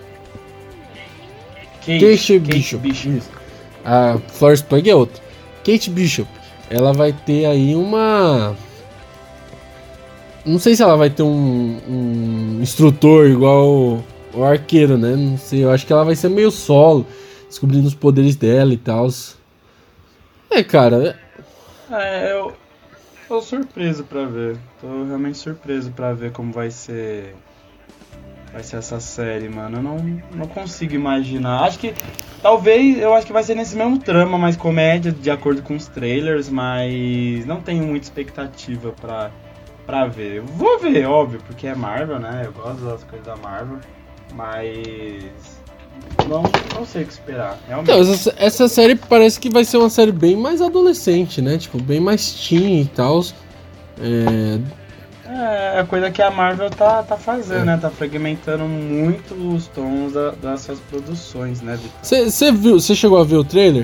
aqui... Kate Bishop. A Florence Pugh é outra. Kate Bishop. Ela vai ter aí uma... Não sei se ela vai ter um instrutor igual o arqueiro, né? Não sei, eu acho que ela vai ser meio solo, descobrindo os poderes dela e tal. Cara... eu tô surpreso pra ver. Tô realmente surpreso pra ver como vai ser essa série, mano. Eu não consigo imaginar. Acho que... eu acho que vai ser nesse mesmo trama, mais comédia, de acordo com os trailers, mas não tenho muita expectativa pra ver. Eu vou ver, óbvio, porque é Marvel, né? Eu gosto das coisas da Marvel, mas não sei o que esperar, realmente. Então, essa série parece que vai ser uma série bem mais adolescente, né? Tipo, bem mais teen e tal. É a coisa que a Marvel tá fazendo, né? Tá fragmentando muito os tons das suas produções, né, Vitor? Você chegou a ver o trailer?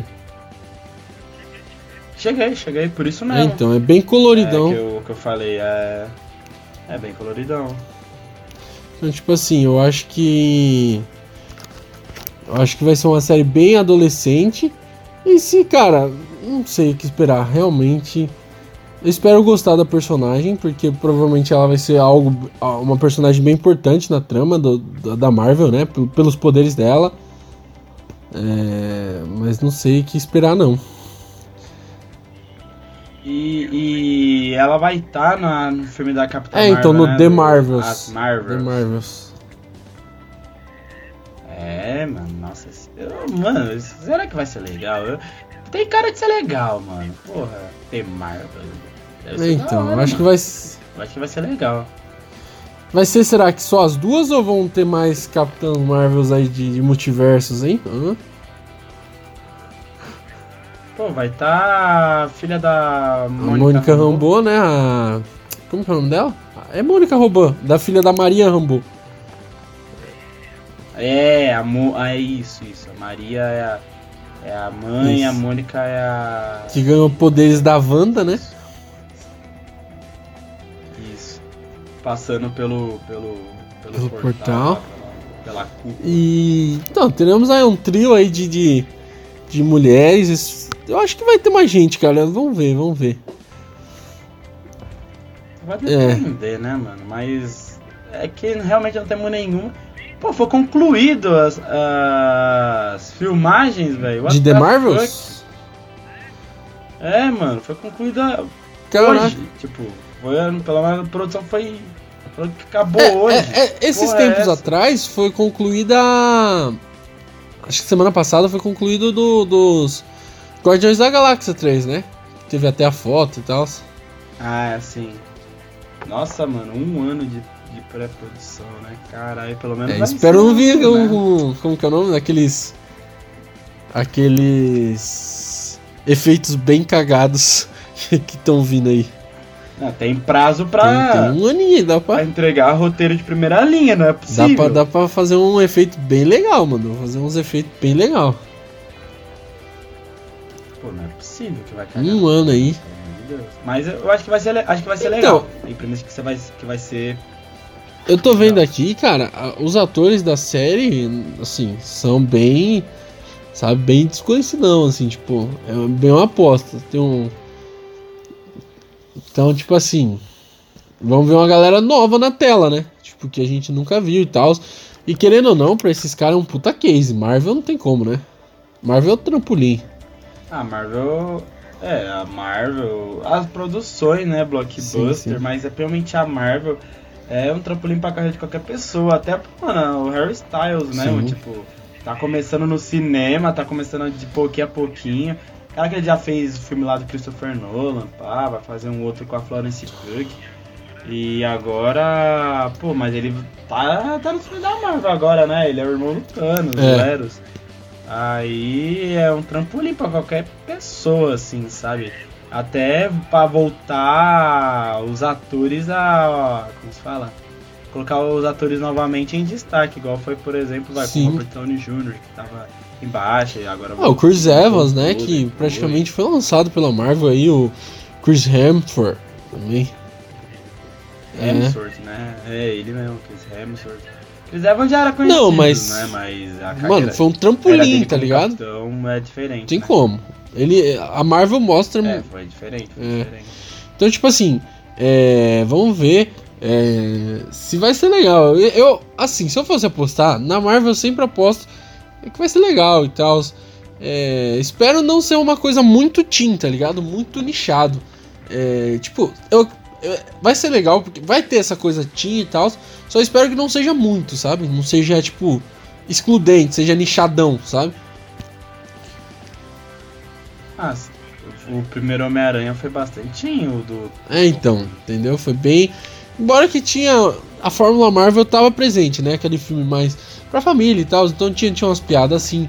Cheguei, por isso mesmo. Então, é bem coloridão. Que eu falei, é bem coloridão. Então, tipo assim, eu acho que vai ser uma série bem adolescente. E se, cara, não sei o que esperar, realmente. Eu espero gostar da personagem, porque provavelmente ela vai ser uma personagem bem importante na trama da Marvel, né? Pelos poderes dela. Mas não sei o que esperar, não. E ela vai estar no filme da Capitã Marvel, então no né? The Marvels. As Marvels. The Marvels. Mano, nossa. Mano, será que vai ser legal? Tem cara de ser legal, mano. Porra, The Marvel. Então, hora, acho que vai ser legal. Vai ser, será que só as duas ou vão ter mais Capitãs Marvels aí de multiversos, hein? Pô, vai estar a filha da Mônica Rambeau, né? Como que é o nome dela? É Mônica Rambeau, da filha da Maria Rambeau. É isso. A Maria é a mãe, isso. A Mônica é a... Que ganhou poderes da Wanda, né? Isso. Passando pelo portal. Pela cúpula. E... Então, teremos aí um trio aí de mulheres. Eu acho que vai ter mais gente, cara. Vamos ver. Vai depender, né, mano? Mas é que realmente não temos nenhuma. Pô, foi concluído as filmagens, velho. De The Marvels? Mano, foi concluída hoje. Tipo, pelo menos a produção foi que acabou hoje. Esses tempos atrás foi concluída. Acho que semana passada foi concluído dos Guardiões da Galáxia 3, né? Teve até a foto e tal. Sim. Nossa, mano, 1 ano de pré-produção, né? Caralho, pelo menos vai espero não vir né? Como que é o nome? Aqueles efeitos bem cagados que estão vindo aí. Tem prazo pra... Tem um aninho, dá pra entregar roteiro de primeira linha, não é possível. Dá pra fazer um efeito bem legal, mano. Vou fazer uns efeitos bem legal. Pô, não é possível que vai cagar. 1 ano aí. Meu Deus. Mas eu acho que vai ser legal. Tem premissa que vai ser... Eu tô vendo aqui, cara, os atores da série, assim, são bem, sabe, bem desconhecidão, assim, tipo, é bem uma aposta. Então, tipo assim, vamos ver uma galera nova na tela, né? Tipo, que a gente nunca viu e tal. E querendo ou não, pra esses caras é um puta case. Marvel não tem como, né? Marvel é o trampolim. A Marvel, as produções, né, blockbuster, sim. Mas é realmente a Marvel... É um trampolim pra carreira de qualquer pessoa. Até, mano, o Harry Styles, né? Tipo, tá começando no cinema, tá começando de pouquinho a pouquinho. Cara que ele já fez o filme lá do Christopher Nolan, vai fazer um outro com a Florence Pugh. E agora, mas ele tá no filme da Marvel agora, né? Ele é o irmão do Thanos, Eros. Aí é um trampolim pra qualquer pessoa, assim, sabe? Até pra voltar os atores como se fala? Colocar os atores novamente em destaque, igual foi, por exemplo, com o Robert Downey Jr., que tava embaixo e agora... o Chris Evans, né, que praticamente foi lançado pela Marvel aí, o Chris Hemsworth também. Hemsworth, né? Ele mesmo, Chris Hemsworth. Chris Evans já era conhecido, né, mas a carreira... Mano, foi um trampolim, tá ligado? Então é diferente, Tem né? como. A Marvel mostra... Foi diferente. Então, tipo assim, vamos ver se vai ser legal. Eu, assim, se eu fosse apostar, na Marvel eu sempre aposto que vai ser legal e tal. Espero não ser uma coisa muito teen, tá ligado? Muito nichado. Tipo, vai ser legal, porque vai ter essa coisa teen e tal. Só espero que não seja muito, sabe? Não seja, tipo, excludente, seja nichadão, sabe? O primeiro Homem-Aranha foi bastantinho do... então, entendeu? Foi bem... Embora que tinha... A Fórmula Marvel tava presente, né? Aquele filme mais... pra família e tal. Então tinha umas piadas assim.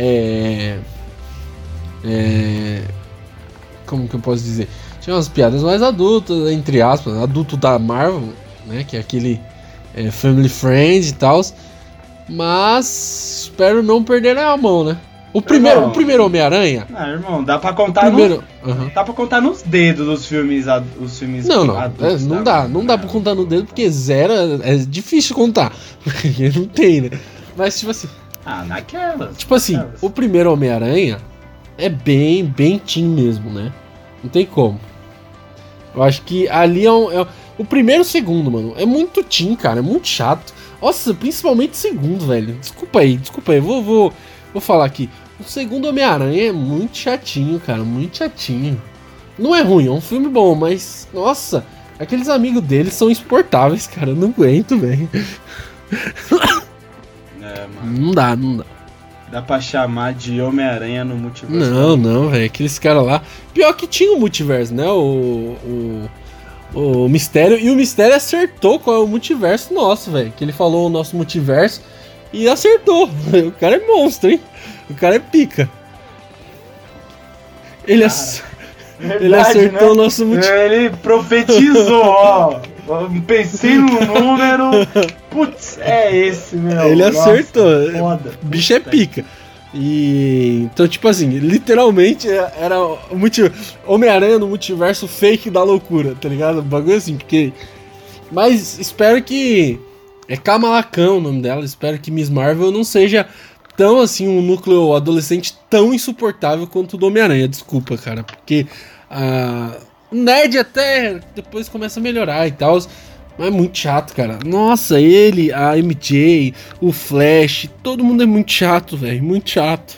Como que eu posso dizer? Tinha umas piadas mais adultas, entre aspas, adulto da Marvel, né? Que é aquele family friend e tal. Mas espero não perder a mão, né? O primeiro Homem-Aranha. Ah, irmão, dá pra contar dá pra contar nos dedos os filmes não, adultos. Não dá pra contar no dedo, porque zero é difícil contar. Porque não tem, né? Mas tipo assim. Naquelas. Tipo assim, o primeiro Homem-Aranha é bem teen mesmo, né? Não tem como. Eu acho que ali o primeiro e o segundo, mano. É muito teen, cara. É muito chato. Nossa, principalmente o segundo, velho. Desculpa aí. Vou falar aqui. O segundo Homem-Aranha é muito chatinho, cara. Muito chatinho. Não é ruim, é um filme bom, mas... Nossa, aqueles amigos dele são insuportáveis, cara. Eu não aguento, velho. Mano. Não dá. Dá pra chamar de Homem-Aranha no multiverso. Não, velho. Aqueles caras lá... Pior que tinha o multiverso, né? O Mistério. E o Mistério acertou qual é o multiverso nosso, velho. Que ele falou o nosso multiverso e acertou. O cara é monstro, hein? O cara é pica. Ele acertou, né? O nosso multiverso. Ele profetizou, ó. Pensei no número. Putz, é esse, meu. Ele acertou. Foda. O bicho é pica. E então, tipo assim, literalmente era o Homem-Aranha no multiverso fake da loucura, tá ligado? Um bagulho assim, porque. Mas espero que. É Kamala Khan o nome dela. Espero que Miss Marvel não seja tão assim um núcleo adolescente tão insuportável quanto o do Homem-Aranha. Desculpa, cara, porque o nerd até depois começa a melhorar e tal. Mas é muito chato, cara. Nossa, ele, a MJ, o Flash, todo mundo é muito chato, velho. Muito chato.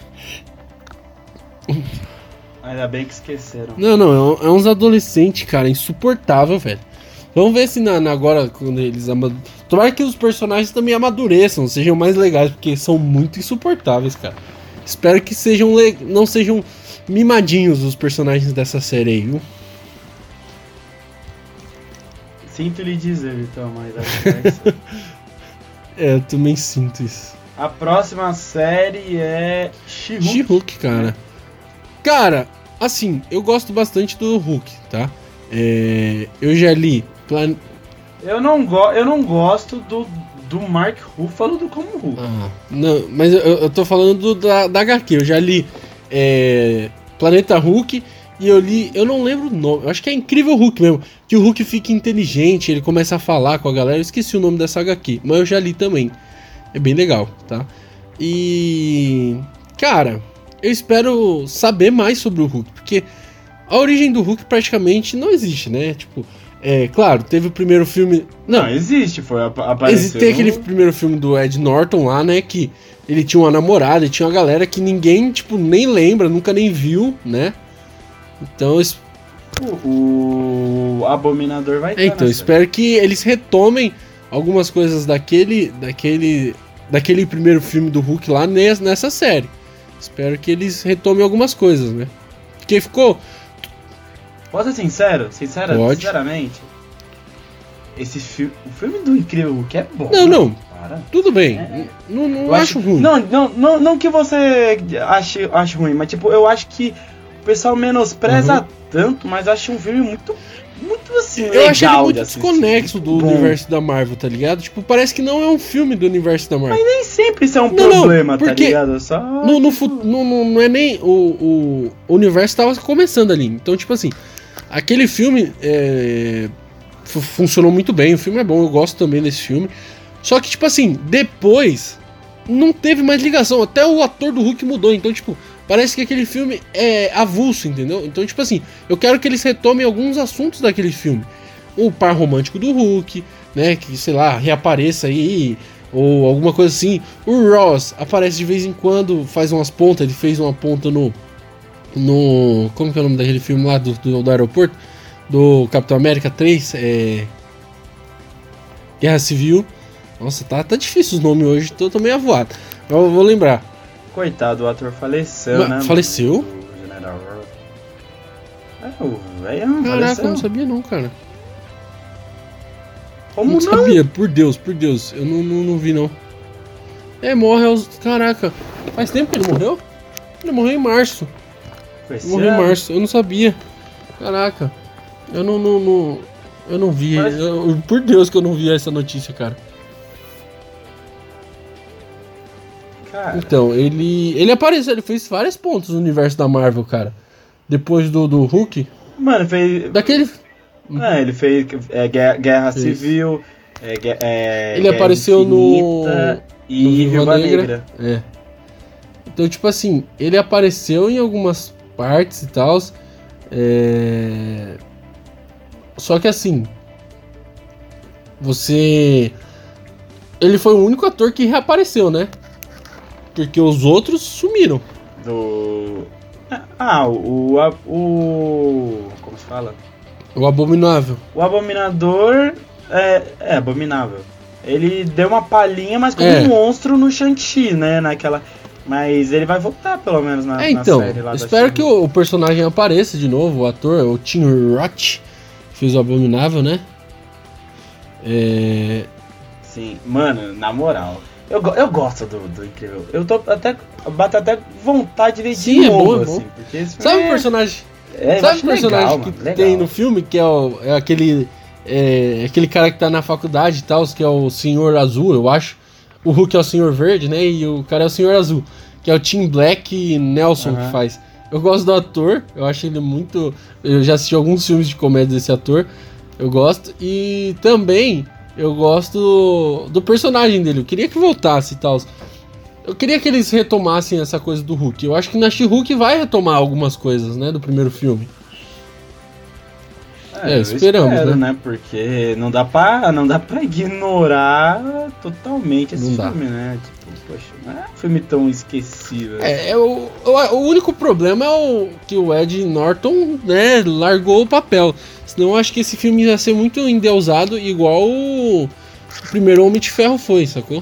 Ainda bem que esqueceram. Não, é uns adolescentes, cara, insuportável, velho. Vamos ver se agora, quando eles tomara que os personagens também amadureçam, sejam mais legais, porque são muito insuportáveis, cara. Espero que não sejam mimadinhos os personagens dessa série aí, viu? Sinto lhe dizer, então, mas acho que vai ser. Eu também sinto isso. A próxima série é She-Hulk. She-Hulk, cara. Cara, assim, eu gosto bastante do Hulk, tá? Eu já li... Eu não gosto do Mark Ruffalo como Hulk. Não, mas eu tô falando da HQ. Eu já li Planeta Hulk e eu não lembro o nome. Eu acho que é Incrível Hulk mesmo. Que o Hulk fica inteligente, ele começa a falar com a galera. Eu esqueci o nome dessa HQ, mas eu já li também. É bem legal, tá? E... Cara, eu espero saber mais sobre o Hulk, porque a origem do Hulk praticamente não existe, né? Tipo, claro, teve o primeiro filme... Não, existe, apareceu... Tem aquele primeiro filme do Ed Norton lá, né? Que ele tinha uma namorada e tinha uma galera que ninguém, tipo, nem lembra, nunca nem viu, né? Então... O Abominador vai ter. Então, espero que eles retomem algumas coisas daquele primeiro filme do Hulk lá nessa série. Espero que eles retomem algumas coisas, né? Porque ficou... Posso ser sincero? Pode. Sinceramente, o filme do Incrível Hulk é bom. Não. Para. Tudo bem. Não acho ruim. Não que você ache ruim, mas tipo, eu acho que o pessoal menospreza tanto, mas eu acho um filme muito assim, legal. Eu achei ele muito desconexo do universo da Marvel, tá ligado? Tipo, parece que não é um filme do universo da Marvel. Mas nem sempre isso é um problema, tá ligado? Só... Não é nem... O universo tava começando ali. Então, tipo assim, aquele filme funcionou muito bem. O filme é bom, eu gosto também desse filme. Só que, tipo assim, depois não teve mais ligação. Até o ator do Hulk mudou. Então, tipo, parece que aquele filme é avulso, entendeu? Então, tipo assim, eu quero que eles retomem alguns assuntos daquele filme. O par romântico do Hulk, né? Que, sei lá, reapareça aí, ou alguma coisa assim. O Ross aparece de vez em quando, faz umas pontas. Ele fez uma ponta no como que é o nome daquele filme lá do aeroporto? Do Capitão América 3, Guerra Civil. Nossa, tá difícil os nomes hoje, tô meio avoado. Eu vou lembrar. Coitado, o ator faleceu, né? Faleceu? O General Ross. O velho não faleceu. Caraca, eu não sabia não, cara. Como não? Sabia, por Deus, eu não vi não. Morre aos... Caraca, faz tempo que ele morreu? Ele morreu em março. Ele morreu em março, eu não sabia. Caraca, eu não vi. Mas... por Deus que eu não vi essa notícia, cara. Então, ele apareceu, ele fez vários pontos no universo da Marvel, cara. Depois do Hulk. Mano, fez... Daquele... ele fez Guerra Civil, ele apareceu no Viúva Negra. Então, tipo assim, ele apareceu em algumas partes e tal. Só que assim, ele foi o único ator que reapareceu, né? Porque os outros sumiram. Como se fala? O Abominável. O Abominador é abominável. Ele deu uma palhinha, mas como um monstro no Shang-Chi, né? Mas ele vai voltar, pelo menos, na série lá da espero que o personagem apareça de novo, o ator, o Tim Roth, que fez o Abominável, né? Sim, mano, na moral. Eu gosto do Incrível. Bato até vontade de ver de novo, é bom. Assim, porque sabe o personagem? Sabe o personagem legal, que tem no filme, que é aquele cara que tá na faculdade e tal, que é o Senhor Azul, eu acho. O Hulk é o Senhor Verde, né? E o cara é o Senhor Azul, que é o Tim Black Nelson que faz. Eu gosto do ator, eu acho ele muito... Eu já assisti alguns filmes de comédia desse ator, eu gosto. E também eu gosto do personagem dele, eu queria que voltasse e tal. Eu queria que eles retomassem essa coisa do Hulk. Eu acho que na She-Hulk vai retomar algumas coisas, né, do primeiro filme. Esperamos, né? Porque não dá pra ignorar totalmente esse filme, né? Tipo, poxa, não é um filme tão esquecível. O único problema é que o Ed Norton, né, largou o papel. Senão eu acho que esse filme ia ser muito endeusado, igual o primeiro Homem de Ferro foi, sacou?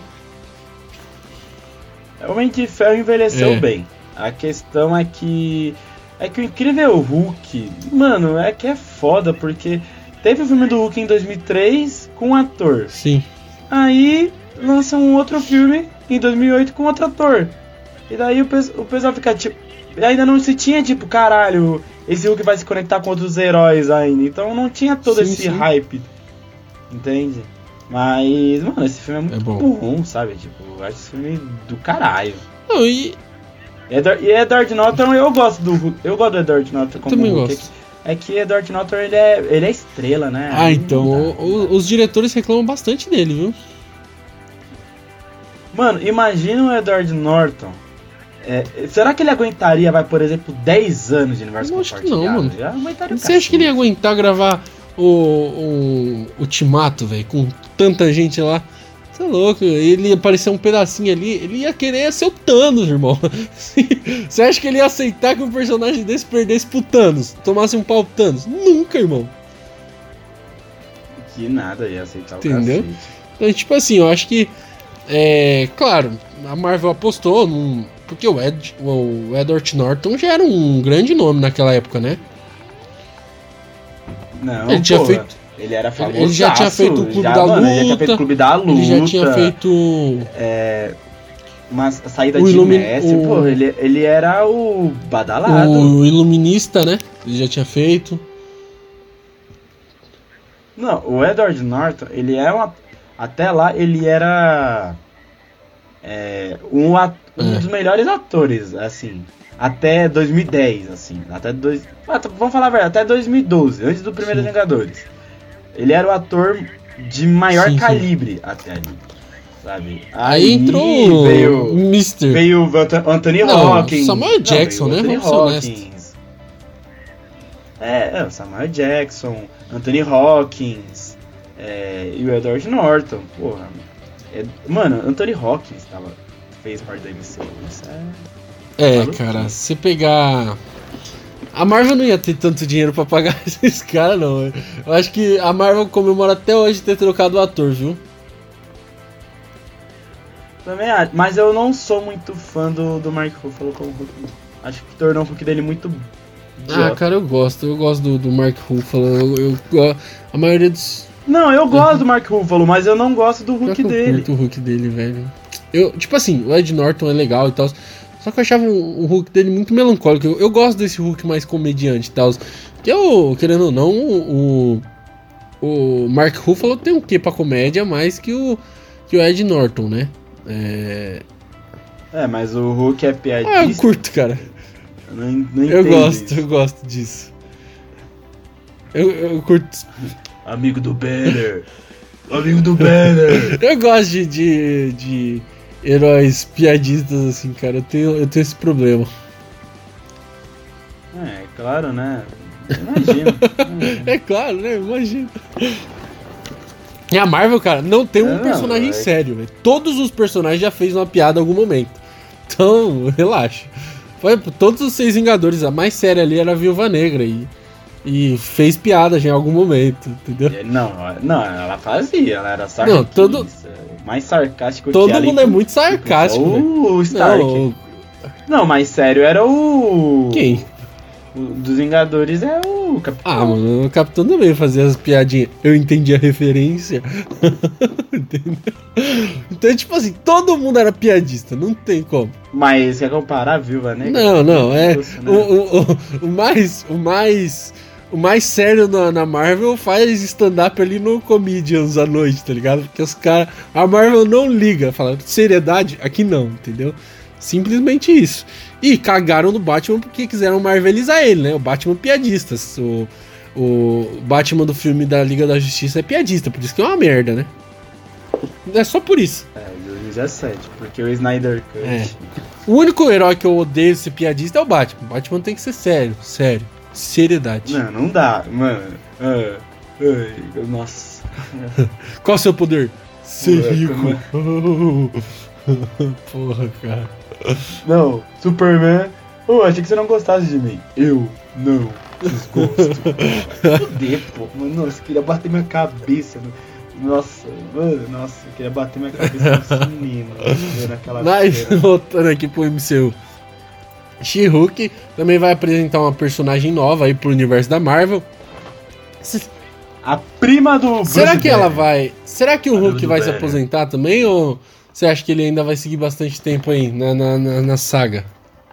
O Homem de Ferro envelheceu bem. A questão é que o Incrível Hulk, mano, que é foda, porque teve o filme do Hulk em 2003 com um ator. Sim. Aí lança um outro filme em 2008 com outro ator. E daí o pessoal fica tipo... Ainda não se tinha tipo, caralho, esse Hulk vai se conectar com outros heróis ainda. Então não tinha todo esse hype, entende? Mas, mano, esse filme é muito bom, sabe? Tipo, eu acho esse filme do caralho. Não, e Edward Norton, eu gosto do Edward Norton como também Hulk. Gosto. É que Edward Norton, ele é estrela, né? Então, os diretores reclamam bastante dele, viu? Mano, imagina o Edward Norton. Será que ele aguentaria, por exemplo, 10 anos de universo compartilhado? Acho que não, mano. Você acha que ele ia aguentar gravar o Ultimato, velho, com tanta gente lá? Você é louco, ele ia aparecer um pedacinho ali, ele ia querer ser o Thanos, irmão. Você acha que ele ia aceitar que um personagem desse perdesse pro Thanos, tomasse um pau pro Thanos? Nunca, irmão. Que nada, ia aceitar o entendeu? Cacete. Então, tipo assim, eu acho que claro, a Marvel apostou porque o Edward Norton já era um grande nome naquela época, né? Não, ele tinha feito... Ele era famoso. Ele já tinha feito o Clube da Luta. Ele já tinha feito o Clube da Luta. Ele já tinha feito... uma saída de mestre. Pô, ele era o badalado. O Iluminista, né? Ele já tinha feito. Não, o Edward Norton, ele é até lá, ele era um dos melhores atores, assim. Até 2010, assim. Vamos falar a verdade, até 2012, antes do primeiro Vingadores. Ele era o ator de maior calibre até ali, sabe? Aí entrou veio o Anthony Hopkins. Samuel Jackson, né? Vamos ser honestos. O Samuel Jackson, Anthony Hopkins e o Edward Norton. Porra. Mano, Anthony Hopkins fez parte da MCU. Isso cara, se pegar... A Marvel não ia ter tanto dinheiro pra pagar esses caras, não. Eu acho que a Marvel comemora até hoje ter trocado o ator, viu? Também acho, mas eu não sou muito fã do Mark Ruffalo como Hulk. Acho que tornou o Hulk dele muito idiota. Cara, eu gosto do Mark Ruffalo. A maioria dos... Não, eu gosto do Mark Ruffalo, mas eu não gosto do Hulk dele. Eu curto o Hulk dele, velho. Tipo assim, o Ed Norton é legal e tal. Só que eu achava o Hulk dele muito melancólico. Eu gosto desse Hulk mais comediante e tal. Que querendo ou não, o Mark Ruffalo tem um quê pra comédia mais que o Ed Norton, né? Mas o Hulk é piadista. Eu curto, cara. Não eu gosto disso. Eu curto. Amigo do Banner. Amigo do Banner. Eu gosto de heróis piadistas, assim, cara. Eu tenho esse problema. Claro, né? Imagina. É claro, né? Imagina. E a Marvel, cara, não tem um personagem sério, velho. Todos os personagens já fez uma piada em algum momento. Então, relaxa. Todos os 6 Vingadores, a mais séria ali era a Viúva Negra. E fez piada já em algum momento, entendeu? Não, ela fazia, ela era sarcástica. Não, mais sarcástico todo que ela. Todo mundo é muito sarcástico. O Stark. Não, mais sério era o. Quem? Dos Vingadores é o Capitão. Mano, o Capitão também fazia as piadinhas. Eu entendi a referência. Entendeu? Então, tipo assim, todo mundo era piadista, não tem como. Mas quer comparar a Viúva Negra? Não, o mais sério na Marvel faz stand-up ali no Comedians à noite, tá ligado? Porque os caras. A Marvel não liga, fala, seriedade, aqui não, entendeu? Simplesmente isso. E cagaram no Batman porque quiseram marvelizar ele, né? O Batman piadista. O Batman do filme da Liga da Justiça é piadista, por isso que é uma merda, né? É só por isso. 2017, porque o Snyder Cut. O único herói que eu odeio ser piadista é o Batman. O Batman tem que ser sério. Seriedade. Não dá, mano. Nossa. Qual é o seu poder? Ser rico. Porra, cara. Não, Superman. Achei que você não gostasse de mim. Eu não desgosto. Fudeu, pô. Mano, nossa, eu queria bater minha cabeça. Nossa, eu queria bater minha cabeça nesse menino. Mas, voltando aqui pro MCU. She-Hulk também vai apresentar uma personagem nova aí pro universo da Marvel. A prima do. Será que ela vai. Será que o Hulk vai se aposentar também? Ou você acha que ele ainda vai seguir bastante tempo aí na saga?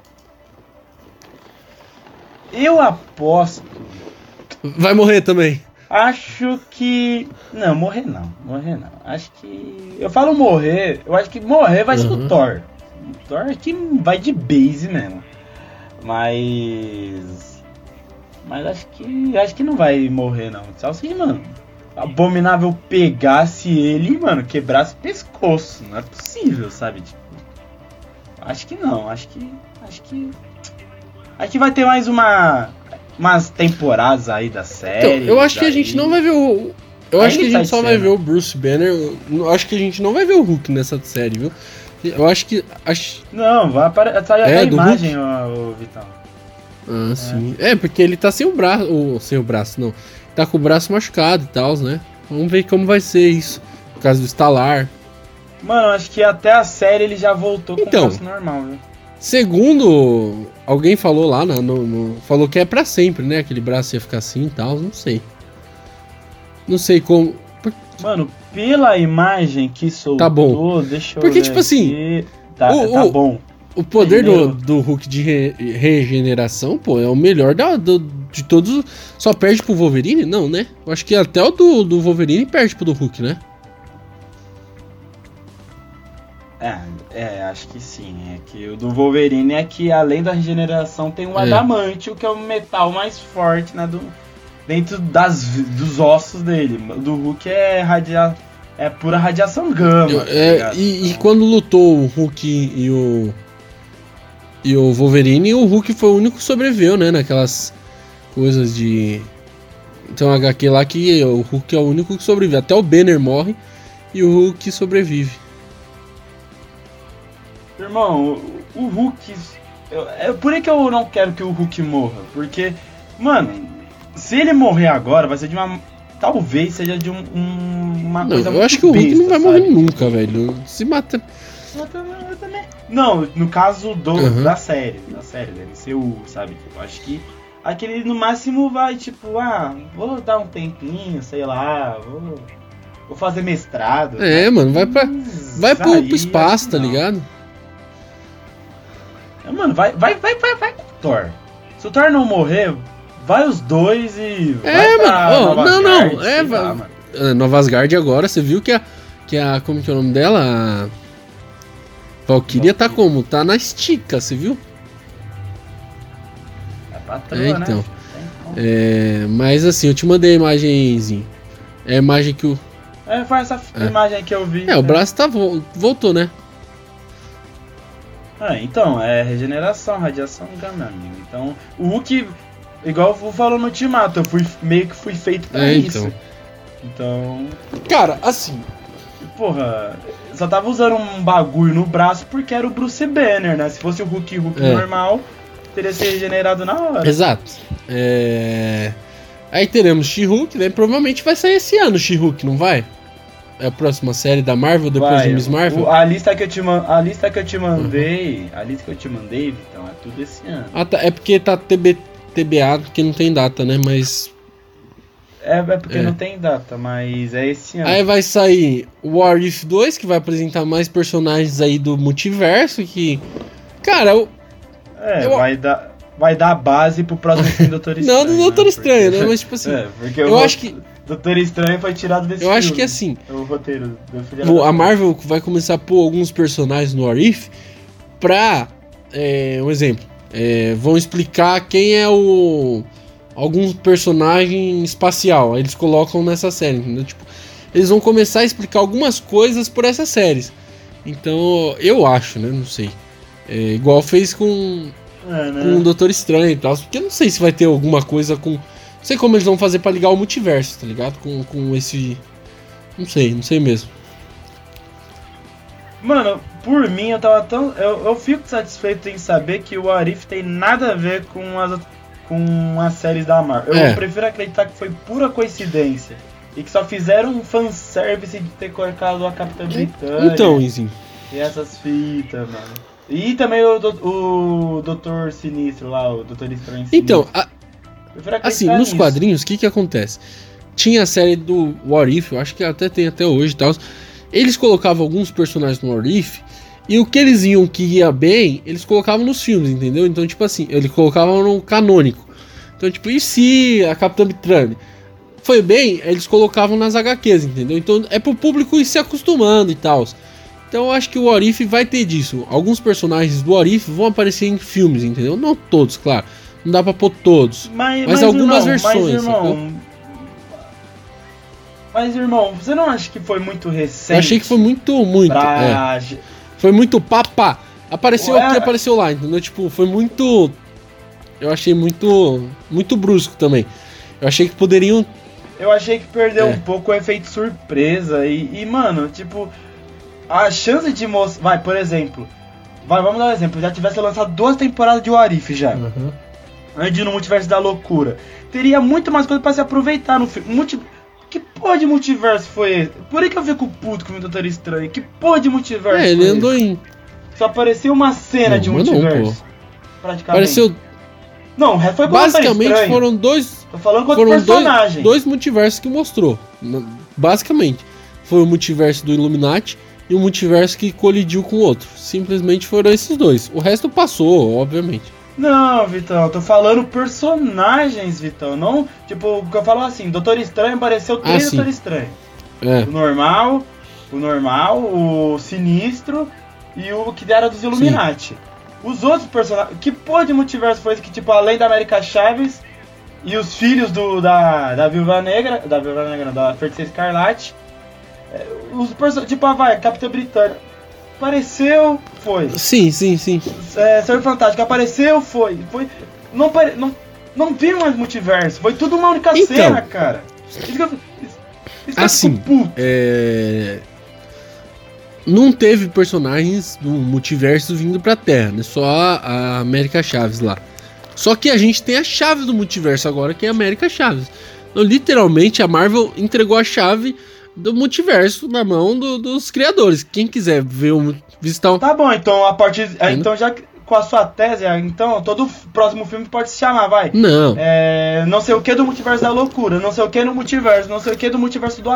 Eu aposto. Vai morrer também? Acho que. Não, morrer não. Acho que. Eu falo morrer, eu acho que morrer vai ser o Thor. O Thor acho que vai de base mesmo. Mas acho que não vai morrer não. Só se, mano, Abominável pegasse ele, mano, quebrasse o pescoço. Não é possível, sabe? Tipo, acho que não. Acho que vai ter mais umas temporadas aí da série. Então, eu acho que a gente não vai ver o. Eu acho que a gente só vai ver o Bruce Banner. Eu acho que a gente não vai ver o Hulk nessa série, viu? Eu acho que. Não, vai aparecer a imagem, o Vitão. Ah, sim. Porque ele tá sem o braço. Sem o braço, não. Tá com o braço machucado e tal, né? Vamos ver como vai ser isso. Por causa do estalar. Mano, acho que até a série ele já voltou com o braço normal, viu? Segundo alguém falou lá, falou que é pra sempre, né? Aquele braço ia ficar assim e tal, não sei. Não sei como. Mano, pela imagem que soltou, tá bom. Deixa eu Porque, ver tipo assim, tá bom. O poder do Hulk de regeneração, pô, é o melhor de todos. Só perde pro Wolverine? Não, né? Eu acho que até o do Wolverine perde pro do Hulk, né? Acho que sim. É que o do Wolverine é que além da regeneração tem o adamantio, que é o metal mais forte, né, dentro dos ossos dele. Do Hulk é pura radiação gama. E quando lutou o Hulk e o Wolverine, o Hulk foi o único que sobreviveu, né? Naquelas coisas de... Tem um HQ lá que o Hulk é o único que sobrevive. Até o Banner morre e o Hulk sobrevive. Irmão, o Hulk... por que eu não quero que o Hulk morra? Porque, mano, se ele morrer agora, vai ser de uma... Talvez seja de uma coisa muito eu acho que o Hulk não vai morrer nunca, velho. Se mata... Eu também. Não, no caso da série da MCU, sabe? Tipo, acho que aquele no máximo vai, tipo, vou dar um tempinho, sei lá, vou fazer mestrado. Mano, vai pro espaço, tá ligado? Mano, vai com o Thor. Se o Thor não morrer, vai os dois e vai pra Nova Asgard, Nova Asgard agora, você viu que a como que é o nome dela? A Valkyria tá como? Tá na estica, você viu? É patroa, então. Mas assim, eu te mandei a imagenzinha. É a imagem que o... foi essa imagem que eu vi. O braço voltou, né? Então, é regeneração, radiação gama, amigo. Então, o Hulk, igual falou no Ultimato, meio que fui feito pra isso. Então... Cara, assim... Porra, só tava usando um bagulho no braço porque era o Bruce Banner, né? Se fosse o Hulk normal, teria se regenerado na hora. Exato. Aí teremos She-Hulk, né? Provavelmente vai sair esse ano She-Hulk, não vai? É a próxima série da Marvel, depois de Miss Marvel? A lista que eu te mandei, Vitão, é tudo esse ano. Tá, é porque tá TBA, porque não tem data, né? Mas... É porque não tem data, mas é esse ano. Aí vai sair o What If 2, que vai apresentar mais personagens aí do multiverso, que... Cara, vai dar base pro próximo filme do Doutor Estranho. Não do Doutor Estranho, né? Mas tipo assim... porque eu acho que... Doutor Estranho foi tirado desse filme. Eu acho que assim... O roteiro do a Marvel vai começar a pôr alguns personagens no What If pra... um exemplo. Vão explicar quem é algum personagem espacial. Aí eles colocam nessa série, entendeu? Tipo, eles vão começar a explicar algumas coisas por essas séries. Então, eu acho, né? Não sei. Igual fez com o Doutor Estranho e tal. Porque eu não sei se vai ter alguma coisa com... Não sei como eles vão fazer pra ligar o multiverso, tá ligado? Com esse... Não sei mesmo. Mano, por mim, eu tava tão... Eu fico satisfeito em saber que o What If tem nada a ver com as séries da Marvel. Eu prefiro acreditar que foi pura coincidência. E que só fizeram um fanservice de ter colocado a Capitã Britânia. Então, Izinho. E essas fitas, mano. E também o Doutor Sinistro lá, o Doutor Estranho Sinistro. Então, assim, nos quadrinhos, o que acontece? Tinha a série do What If, eu acho que até tem até hoje e tal. Eles colocavam alguns personagens no What If, e o que eles iam que ia bem, eles colocavam nos filmes, entendeu? Então, tipo assim, eles colocavam no canônico. Então, tipo, e se a Capitã Britânia foi bem, eles colocavam nas HQs, entendeu? Então, é pro público ir se acostumando e tal. Então, eu acho que o What If vai ter disso. Alguns personagens do What If vão aparecer em filmes, entendeu? Não todos, claro. Não dá pra pôr todos. Mas algumas versões. Mas, irmão, você não acha que foi muito recente? Eu achei que foi muito. Foi muito papá. Apareceu aqui, apareceu lá, entendeu? Tipo, foi muito... Eu achei muito brusco também. Eu achei que poderiam... Eu achei que perdeu um pouco o efeito surpresa. E mano, tipo... A chance de mostrar... Vai, por exemplo... vamos dar um exemplo. Já tivesse lançado 2 temporadas de What If já. Antes de no Multiverso da Loucura. Teria muito mais coisa pra se aproveitar no filme. Que porra de multiverso foi esse? Por que eu fico puto com o Doutor Estranho? Que porra de multiverso foi ele andou em... Só apareceu uma cena de multiverso. Praticamente. Apareceu... Não, foi com basicamente foram dois... Tô falando com outro personagem. Dois multiversos que mostrou. Basicamente. Foi o multiverso do Illuminati e o multiverso que colidiu com o outro. Simplesmente foram esses dois. O resto passou, obviamente. Não, Vitão, eu tô falando personagens, Vitão. Não, tipo, o que eu falo assim, Doutor Estranho apareceu 3 Doutor Estranho. O normal, o Sinistro e o que era dos Illuminati. Os outros personagens... Que porra de multiverso foi esse que, tipo, além da América Chaves e os filhos da Viúva Negra... Da Viúva Negra, não, da Feiticeira Escarlate... Os personagens... Tipo, Capitã Britânia... Apareceu, foi. Sim. Senhor Fantástico, apareceu, foi. Não tem mais multiverso. Foi tudo uma única cena, cara. Isso assim, puto. Não teve personagens do multiverso vindo pra Terra, né? Só a América Chaves lá. Só que a gente tem a chave do multiverso agora, que é a América Chaves. Então, literalmente, a Marvel entregou a chave do multiverso na mão dos criadores. Quem quiser ver visitar Tá bom, então a partir... Então já com a sua tese, então todo próximo filme pode se chamar, vai. Não. Não sei o que do multiverso da loucura, não sei o que no multiverso, não sei o que do multiverso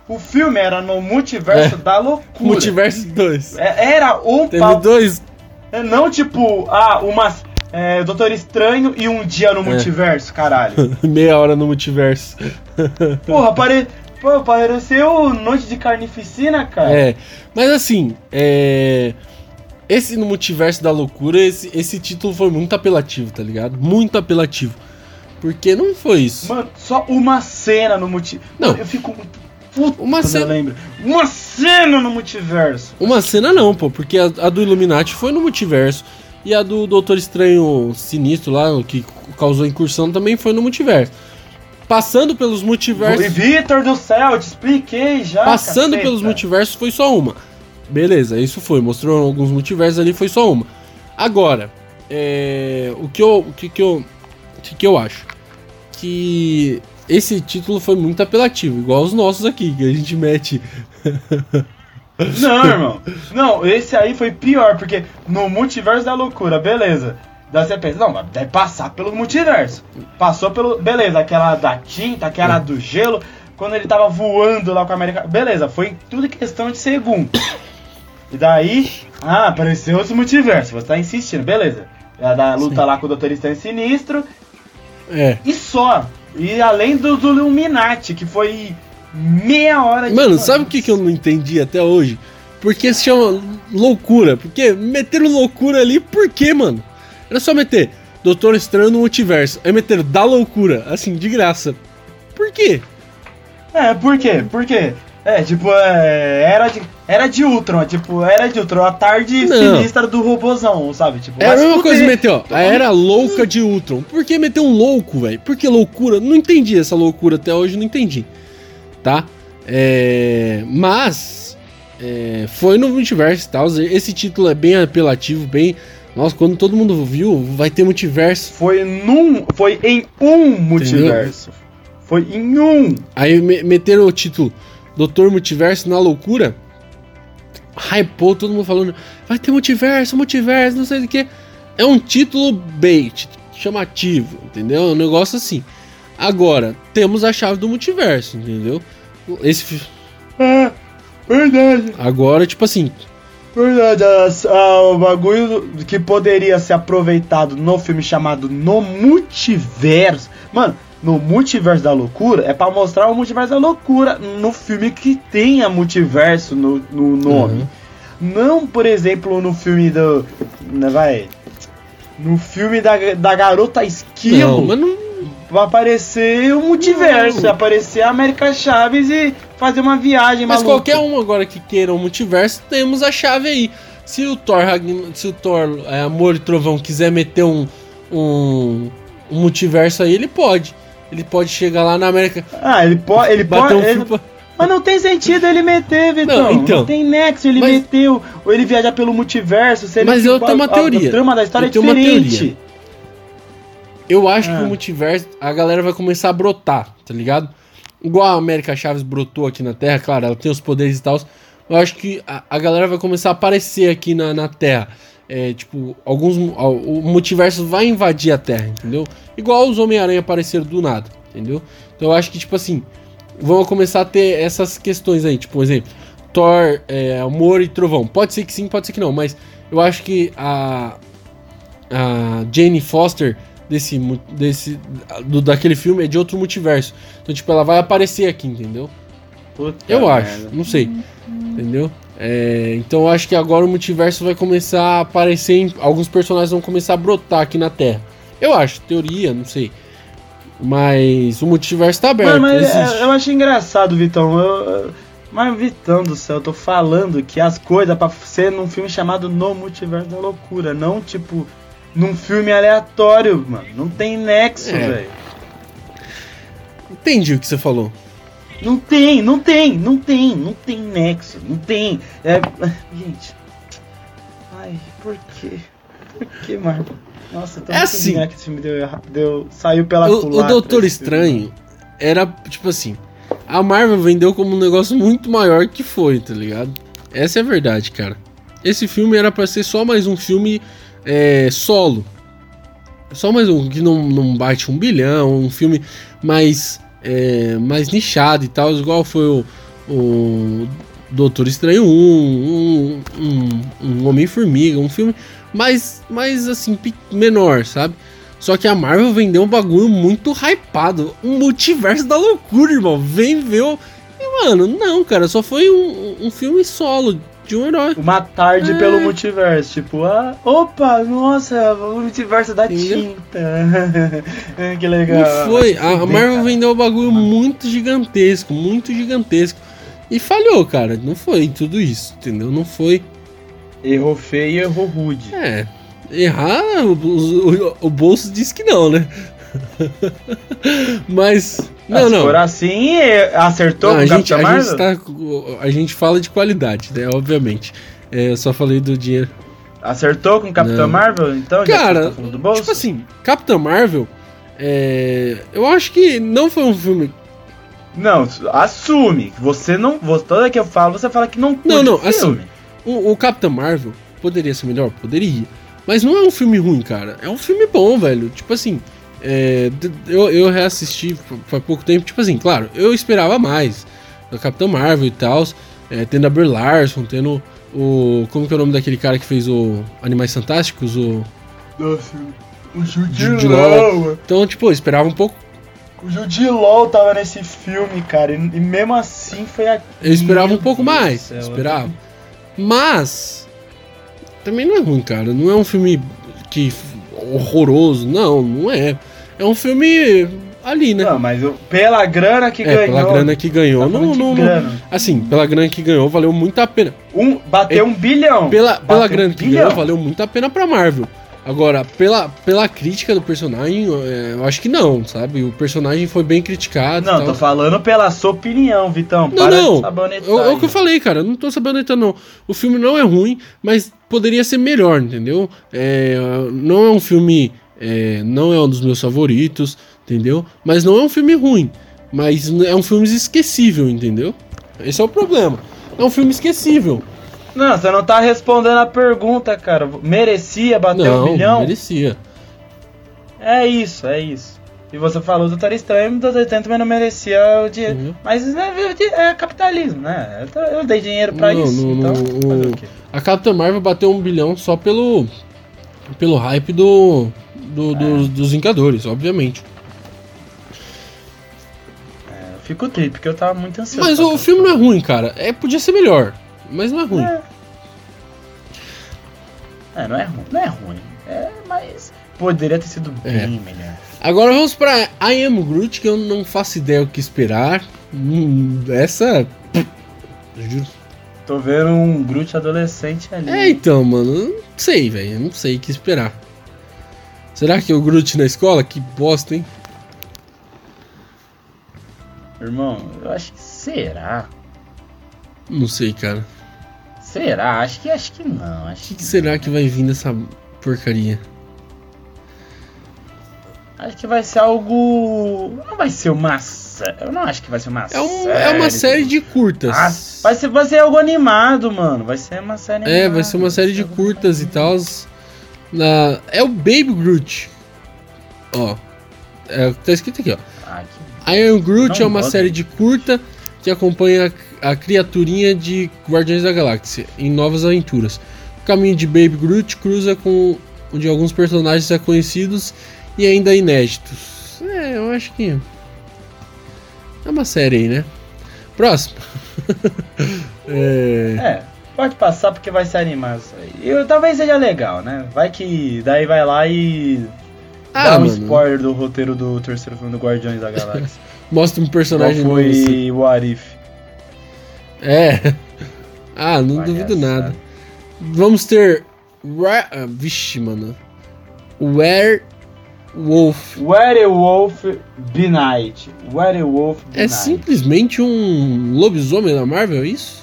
O filme era no Multiverso da Loucura. Multiverso 2. Era um Teve dois. Não tipo, Doutor Estranho e um dia no multiverso, caralho. Meia hora no multiverso. Porra, pareceu Noite de Carnificina, cara. Mas assim, esse no Multiverso da Loucura, esse título foi muito apelativo, tá ligado? Muito apelativo. Porque não foi isso. Mano, só uma cena no multiverso. Não. Eu fico muito puto quando eu lembro. Uma cena no multiverso. Uma cena não, pô, porque a do Illuminati foi no multiverso. E a do Doutor Estranho Sinistro lá, que causou incursão, também foi no multiverso. Passando pelos multiversos... Vitor do céu, eu te expliquei já, Passando pelos multiversos foi só uma. Beleza, isso foi. Mostrou alguns multiversos ali, foi só uma. Agora, o que eu acho? Que esse título foi muito apelativo, igual os nossos aqui, que a gente mete... Não, irmão. Não, esse aí foi pior, porque no Multiverso da Loucura, beleza. Daí você pensa, não, deve passar pelo multiverso. Passou pelo... Beleza, aquela da tinta, aquela do gelo, quando ele tava voando lá com a América... Beleza, foi tudo questão de segundo. E daí, apareceu outro multiverso, você tá insistindo, beleza. A da luta lá com o Doutor Estranho Sinistro. E só. E além do Illuminati, que foi... meia hora de... Mano, sabe o que eu não entendi até hoje? Porque se chama loucura. Porque meteram loucura ali, por quê, mano? Era só meter Doutor Estranho no Multiverso. Aí meteram da loucura, assim, de graça. Por quê? Por quê? Por quê? Era de Ultron, a tarde sinistra do robozão, sabe? Tipo, é a mesma coisa de meter, a era louca de Ultron. Por que meter um louco, velho? Por que loucura? Não entendi essa loucura até hoje, não entendi. Tá? Mas foi no multiverso e tal. Esse título é bem apelativo, bem... Nossa, quando todo mundo viu, vai ter multiverso. Foi em um multiverso. Entendeu? Foi em um. Aí meteram o título Doutor Multiverso na loucura. Hypou, todo mundo falando, vai ter multiverso, não sei o que. É um título bait, chamativo, entendeu? É um negócio assim. Agora, temos a chave do multiverso, entendeu? Verdade. Agora, tipo assim... Verdade, o bagulho que poderia ser aproveitado no filme chamado No Multiverso... Mano, no Multiverso da Loucura é pra mostrar o Multiverso da Loucura no filme que tenha multiverso no nome. Não, por exemplo, no filme do... No filme da Garota Esquilo. Não, mas não... Vai aparecer o multiverso, vai aparecer a América Chaves e fazer uma viagem Mas maluca. qualquer um agora que queira um multiverso, temos a chave aí. Se o Thor Amor e Trovão quiser meter um multiverso aí, ele pode. Ele pode chegar lá na América. Ele pode. Mas não tem sentido ele meter, Vitão. Não tem nexo ele meteu. Ou ele viajar pelo multiverso. Mas eu tenho uma teoria. A trama da história é diferente. Eu acho que o multiverso, a galera vai começar a brotar, tá ligado? Igual a América Chaves brotou aqui na Terra, claro, ela tem os poderes e tal. Eu acho que a galera vai começar a aparecer aqui na Terra. O multiverso vai invadir a Terra, entendeu? Igual os Homem-Aranha apareceram do nada, entendeu? Então eu acho que, tipo assim, vão começar a ter essas questões aí. Tipo, por exemplo, Thor, Amor e Trovão. Pode ser que sim, pode ser que não, mas eu acho que a Jane Foster... daquele filme é de outro multiverso. Então, tipo, ela vai aparecer aqui, entendeu? Eu acho, não sei. Entendeu? Então eu acho que agora o multiverso vai começar a aparecer, alguns personagens vão começar a brotar aqui na Terra. Eu acho, teoria, não sei. Mas o multiverso tá aberto. Mas eu acho engraçado, Vitão. Mas, Vitão do céu, eu tô falando que as coisas pra ser num filme chamado No Multiverso da Loucura, não tipo num filme aleatório, mano. Não tem nexo, velho. Entendi o que você falou. Não tem nexo, não tem. Gente. Ai, por quê? Por que, mano? Nossa, tô assim, que esse filme saiu pela culatra. O Doutor Estranho era, tipo assim, a Marvel vendeu como um negócio muito maior que foi, tá ligado? Essa é a verdade, cara. Esse filme era pra ser só mais um filme solo. Só mais um que não bate 1 bilhão, um filme mais nichado e tal, igual foi o Doutor Estranho 1, um Homem-Formiga, um filme mais assim, menor, sabe? Só que a Marvel vendeu um bagulho muito hypado, um multiverso da loucura, irmão. Vem ver o... E, mano, não, cara, só foi um filme solo de um herói. Uma tarde pelo multiverso, tipo, opa, nossa, o multiverso da tinta. Que legal. Não foi, a Marvel vendeu um bagulho muito gigantesco. E falhou, cara, não foi tudo isso, entendeu? Não foi. Errou feio e errou rude. Errar, o bolso diz que não, né? Mas... Não. Se for assim, acertou com o Capitão Marvel? A gente fala de qualidade, né? Obviamente. Eu só falei do dinheiro. Acertou com o Capitão Marvel? Então, cara, já tá falando do bolso? Tipo assim, Capitão Marvel, eu acho que não foi um filme... Não, assume. Você não... Toda que eu falo, você fala que não curte Não, filme. assim, o Capitão Marvel poderia ser melhor? Poderia. Mas não é um filme ruim, cara. É um filme bom, velho. Tipo assim... eu reassisti faz pouco tempo, tipo assim, claro, eu esperava mais do Capitão Marvel e tal, tendo a Brie Larson, tendo o... Como que é o nome daquele cara que fez o Animais Fantásticos? Nossa, o Jude Law. Então, tipo, eu esperava um pouco. O Jude Law tava nesse filme, cara, e mesmo assim foi aqui. Eu esperava um pouco mais, esperava. Mas também não é ruim, cara, não é um filme que... horroroso, não é. É um filme ali, né? Não, mas pela grana que ganhou. Pela grana que ganhou. Assim, pela grana que ganhou, valeu muito a pena. Bateu 1 bilhão. Pela grana que ganhou, valeu muito a pena pra Marvel. Agora, pela crítica do personagem, eu acho que não, sabe? O personagem foi bem criticado. Não, tô falando pela sua opinião, Vitão. Não. É o que eu falei, cara. Eu não tô sabonetando, não. O filme não é ruim, mas poderia ser melhor, entendeu? Não é um filme... não é um dos meus favoritos, entendeu? Mas não é um filme ruim. Mas é um filme esquecível, entendeu? Esse é o problema. É um filme esquecível. Não, você não tá respondendo a pergunta, cara. Merecia bater 1 bilhão? Não, merecia. É isso. E você falou do Doutor Estranho, o Doutor Estranho também não merecia o dinheiro. Uhum. Mas é capitalismo, né? Eu dei dinheiro pra isso. Então, fazer o quê? A Capitã Marvel bateu 1 bilhão só pelo hype dos Vingadores, obviamente. Eu fico triste, porque eu tava muito ansioso. Mas o filme não é ruim, cara. Podia ser melhor, mas não é ruim. Não é ruim. Mas poderia ter sido bem melhor. Agora vamos pra I Am Groot, que eu não faço ideia o que esperar. Essa... Juro. Tô vendo um Groot adolescente ali. Então, mano, eu não sei, velho. Eu não sei o que esperar. Será que é o Groot na escola? Que bosta, hein? Irmão, eu acho que será. Não sei, cara. Será? Acho que não. O que será que vai vir dessa porcaria? Acho que vai ser algo... Não vai ser uma... Eu não acho que vai ser uma série. É uma série de curtas. Vai ser algo animado, mano. Vai ser uma série animada. Vai ser uma série de curtas e tal. É o Baby Groot. Ó. Tá escrito aqui, ó. I Am Groot é uma série de curta que acompanha a criaturinha de Guardiões da Galáxia em novas aventuras. O caminho de Baby Groot cruza com o de alguns personagens já conhecidos e ainda inéditos. Eu acho que é uma série aí, né? Próximo. Pode passar porque vai ser animado isso aí. Talvez seja legal, né? Vai que daí vai lá e dá um spoiler do roteiro do terceiro filme do Guardiões da Galáxia. Mostra um personagem novo. Foi o What If. Não duvido nada. Vamos ter... Vixe, mano. Werewolf By Night. Werewolf By Night. Simplesmente um lobisomem da Marvel, é isso?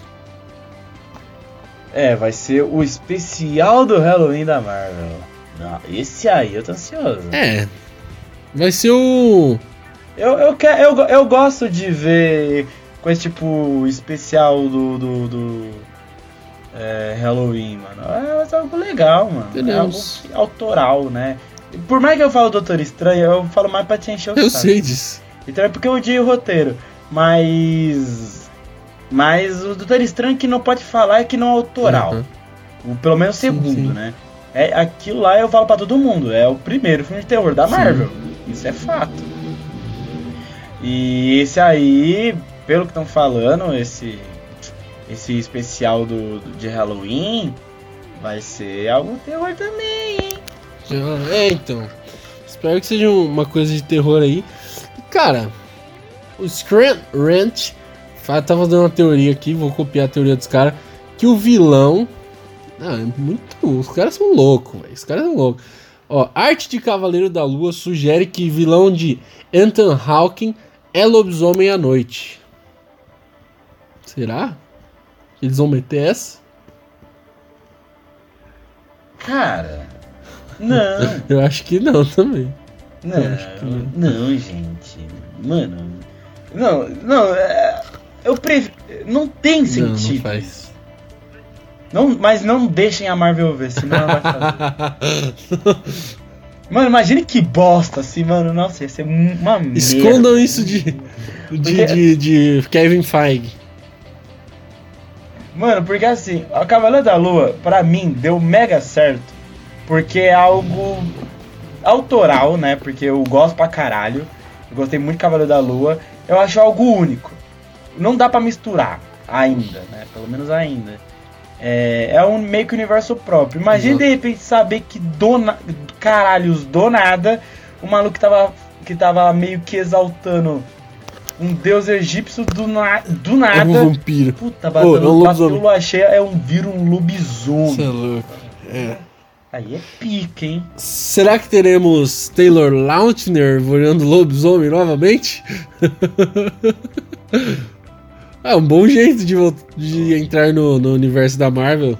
Vai ser o especial do Halloween da Marvel. Não, esse aí eu tô ansioso. Vai ser o... Eu gosto de ver com esse tipo especial do Halloween, mano. É algo legal, mano. Teremos. É algo autoral, né? Por mais que eu falo Doutor Estranho, eu falo mais pra te encher o saco. Eu sei disso. Então é porque eu odiei o roteiro. Mas Mas o Doutor Estranho que não pode falar é que não é autoral. Pelo menos o segundo, né? Aquilo lá eu falo pra todo mundo. É o primeiro filme de terror da Marvel. Isso é fato. E esse aí, pelo que estão falando, esse especial de Halloween vai ser algo terror também, hein? Então. Espero que seja uma coisa de terror aí. Cara, o Screen Rant tá fazendo uma teoria aqui, vou copiar a teoria dos caras, que o vilão... os caras são loucos, velho. Os caras são loucos. Ó, Arte de Cavaleiro da Lua sugere que vilão de Ethan Hawke é lobisomem à noite. Será? Eles vão meter essa? Cara, não. Eu acho que não também. Não, gente. Mano. Não, não tem sentido. Não faz. Não, mas não deixem a Marvel ver, senão ela vai fazer. Mano, imagine que bosta assim, mano. Nossa, ia ser uma merda. Escondam isso de Kevin Feige. Mano, porque assim, a Cavaleiro da Lua, pra mim, deu mega certo. Porque é algo autoral, né? Porque eu gosto pra caralho. Eu gostei muito de Cavaleiro da Lua. Eu acho algo único. Não dá pra misturar ainda, né? Pelo menos ainda. É um meio que universo próprio. Imagina de repente saber que do nada, o maluco que tava meio que exaltando um deus egípcio do nada. É um vampiro. Puta, bateu o achei vira um lobisomem. Você é louco. Aí é pica, hein? Será que teremos Taylor Lautner virando lobisomem novamente? É um bom jeito de entrar no universo da Marvel.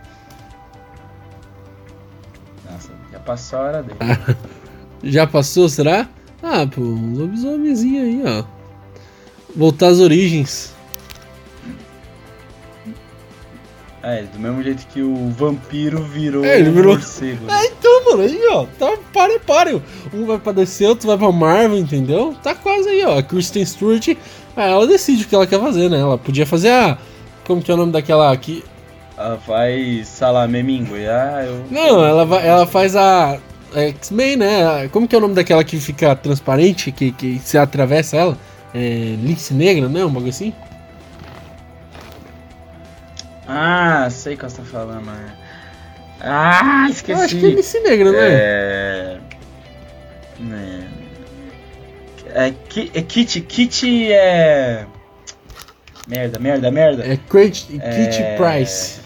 Nossa, já passou a hora dele. Já passou, será? Pô, um lobisomemzinho aí, ó. Voltar às origens. Do mesmo jeito que o vampiro virou ele virou morcego. Então, mano, aí, ó. Tá pare. Um vai pra DC, outro vai pra Marvel, entendeu? Tá quase aí, ó. A Kristen Stewart, ela decide o que ela quer fazer, né? Ela podia fazer como que é o nome daquela aqui? Ela faz Salamé Mingue. Não, ela faz a X-Men, né? Como que é o nome daquela que fica transparente, que se atravessa ela? Lince Negra, né? Um bagulho assim? Sei o que você tá falando. Esqueci. Eu acho que é Lince Negra, né? Kitty é... Merda. É Kitty Pryce.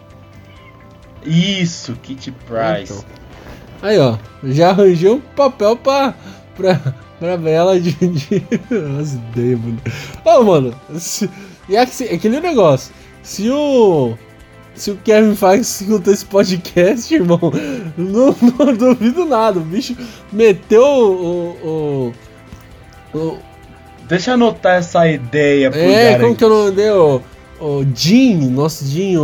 Isso, Kitty Pryce. Então. Aí, ó. Já arranjou um papel pra Bela de... As ideias, mano. Mano. Aquele negócio. Se o Kevin Feige escuta esse podcast, irmão, não duvido nada. O bicho meteu o Deixa eu anotar essa ideia pro cara. Como que é o nome dele? O Jim, nosso Jim,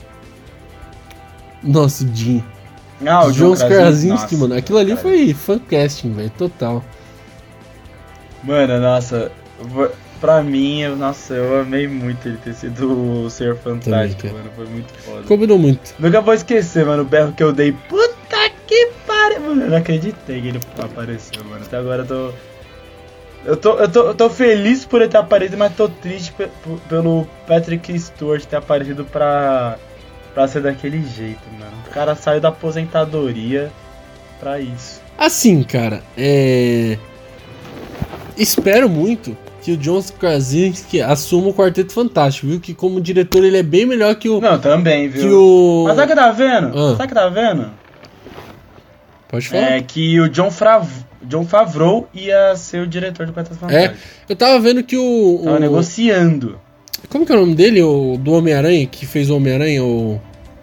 o John Krasinski, mano. Aquilo ali foi fancasting, velho, total. Mano, nossa, pra mim, eu amei muito ele ter sido o Senhor Fantástico, mano, foi muito foda. Combinou muito. Nunca vou esquecer, mano, o berro que eu dei. Puta que pariu, mano, eu não acreditei que ele apareceu, mano. Até agora eu tô feliz por ele ter aparecido, mas tô triste pelo Patrick Stewart ter aparecido pra ser daquele jeito, mano. O cara saiu da aposentadoria pra isso. Assim, cara, espero muito que o John Krasinski assuma o Quarteto Fantástico, viu? Que como diretor ele é bem melhor que o... Não, também, viu? Mas sabe o que tá vendo? Sabe o que tá vendo? Pode falar. Que o John Favreau ia ser o diretor do Quarteto Fantástico. Eu tava vendo que Tava negociando. Como que é o nome dele? Do Homem-Aranha, que fez o Homem-Aranha, o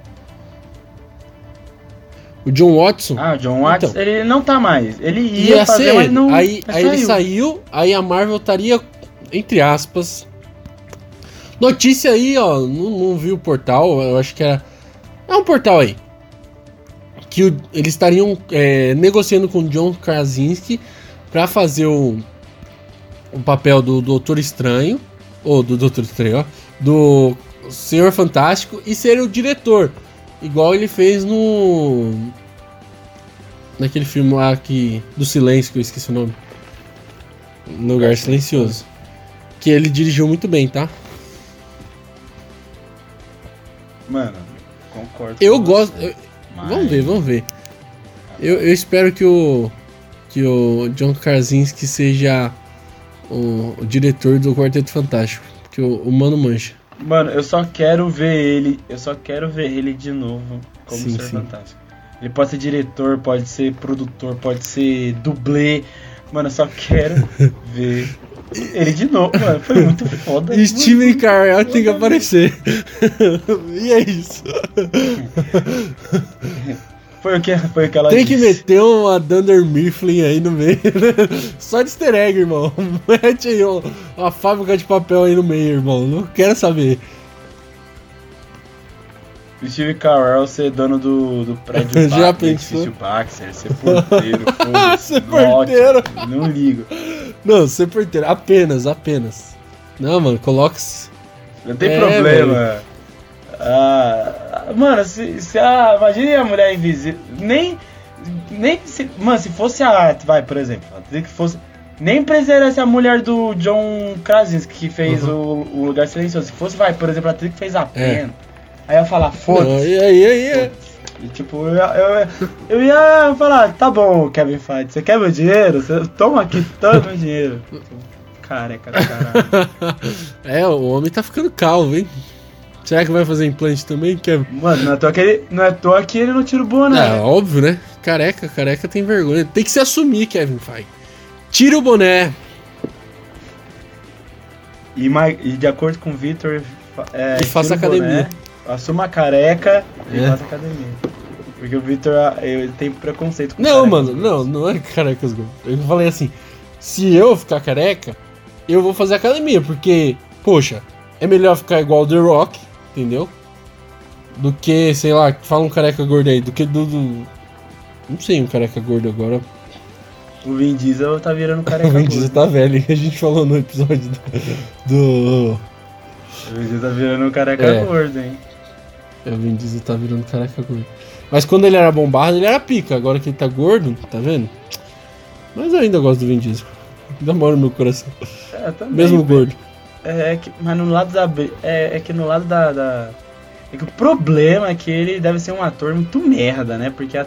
John Watson. O John Watson, então, ele não tá mais. Ele ia fazer, mas não... Aí ele saiu, aí a Marvel estaria, entre aspas... Notícia aí, ó, não vi o portal, eu acho que era... É um portal aí. Que eles estariam negociando com o John Krasinski pra fazer o papel do Doutor Estranho, ou do Doutor Estranho, ó, do Senhor Fantástico e ser o diretor. Igual ele fez naquele filme lá do Silêncio, que eu esqueci o nome. No Lugar Silencioso. Que ele dirigiu muito bem, tá? Mano, concordo. Eu gosto. Vamos ver. Eu espero que o John Krasinski seja o diretor do Quarteto Fantástico. Porque o mano mancha. Mano, eu só quero ver ele de novo como Sim, Senhor sim. Fantástico. Ele pode ser diretor, pode ser produtor, pode ser dublê. Mano, eu só quero ver ele de novo, mano. Foi muito foda. E Steven Carell tem que aparecer. E é isso. Foi o que ela Tem disse. que meter uma Dunder Mifflin aí no meio. Só de easter egg, irmão. Mete aí uma fábrica de papel aí no meio, irmão. Não quero saber. O Steve Carell ser dono do prédio Já do pensou? edifício Baxter, ser porteiro, foda-se. Ser porteiro. Ótimo, não ligo. Não, ser porteiro. Apenas. Não, mano, coloca-se. Não tem É, problema. Mano, imagine a mulher invisível. Mano, se fosse a arte, vai, por exemplo. Que fosse, nem precisaria ser a mulher do John Krasinski que fez o Lugar Silencioso. Se fosse, vai, por exemplo, a atriz que fez a Pena. Aí eu ia falar, foda-se. E aí. E tipo, eu ia falar, tá bom, Kevin Feige, você quer meu dinheiro? Toma aqui todo meu dinheiro. Careca do caralho. O homem tá ficando calvo, hein? Será que vai fazer implante também, Kevin? Mano, não é à toa que ele não tira o boné. É, óbvio, né? Careca tem vergonha. Tem que se assumir, Kevin Feige. Tira o boné. E de acordo com o Victor, E faça tira o boné, academia. assuma a careca e faça academia. Porque o Victor ele tem preconceito com Não, carecas mano, gordas. não é carecas gordas. Eu falei assim, se eu ficar careca, eu vou fazer academia, porque, poxa, é melhor ficar igual o The Rock, entendeu? Do que, sei lá, fala um careca gordo aí, do que não sei um careca gordo agora. O Vin Diesel tá virando careca O Vin gordo. Diesel tá velho, a gente falou no episódio do... O Vin Diesel tá virando um careca gordo, hein? O Vin Diesel tá virando careca gordo. Mas quando ele era bombado, ele era pica. Agora que ele tá gordo, tá vendo? Mas eu ainda gosto do Vin Diesel. Ainda mora no meu coração. Também, Mesmo gordo. Mas no lado da... É que no lado da... É que o problema é que ele deve ser um ator muito merda, né? Porque,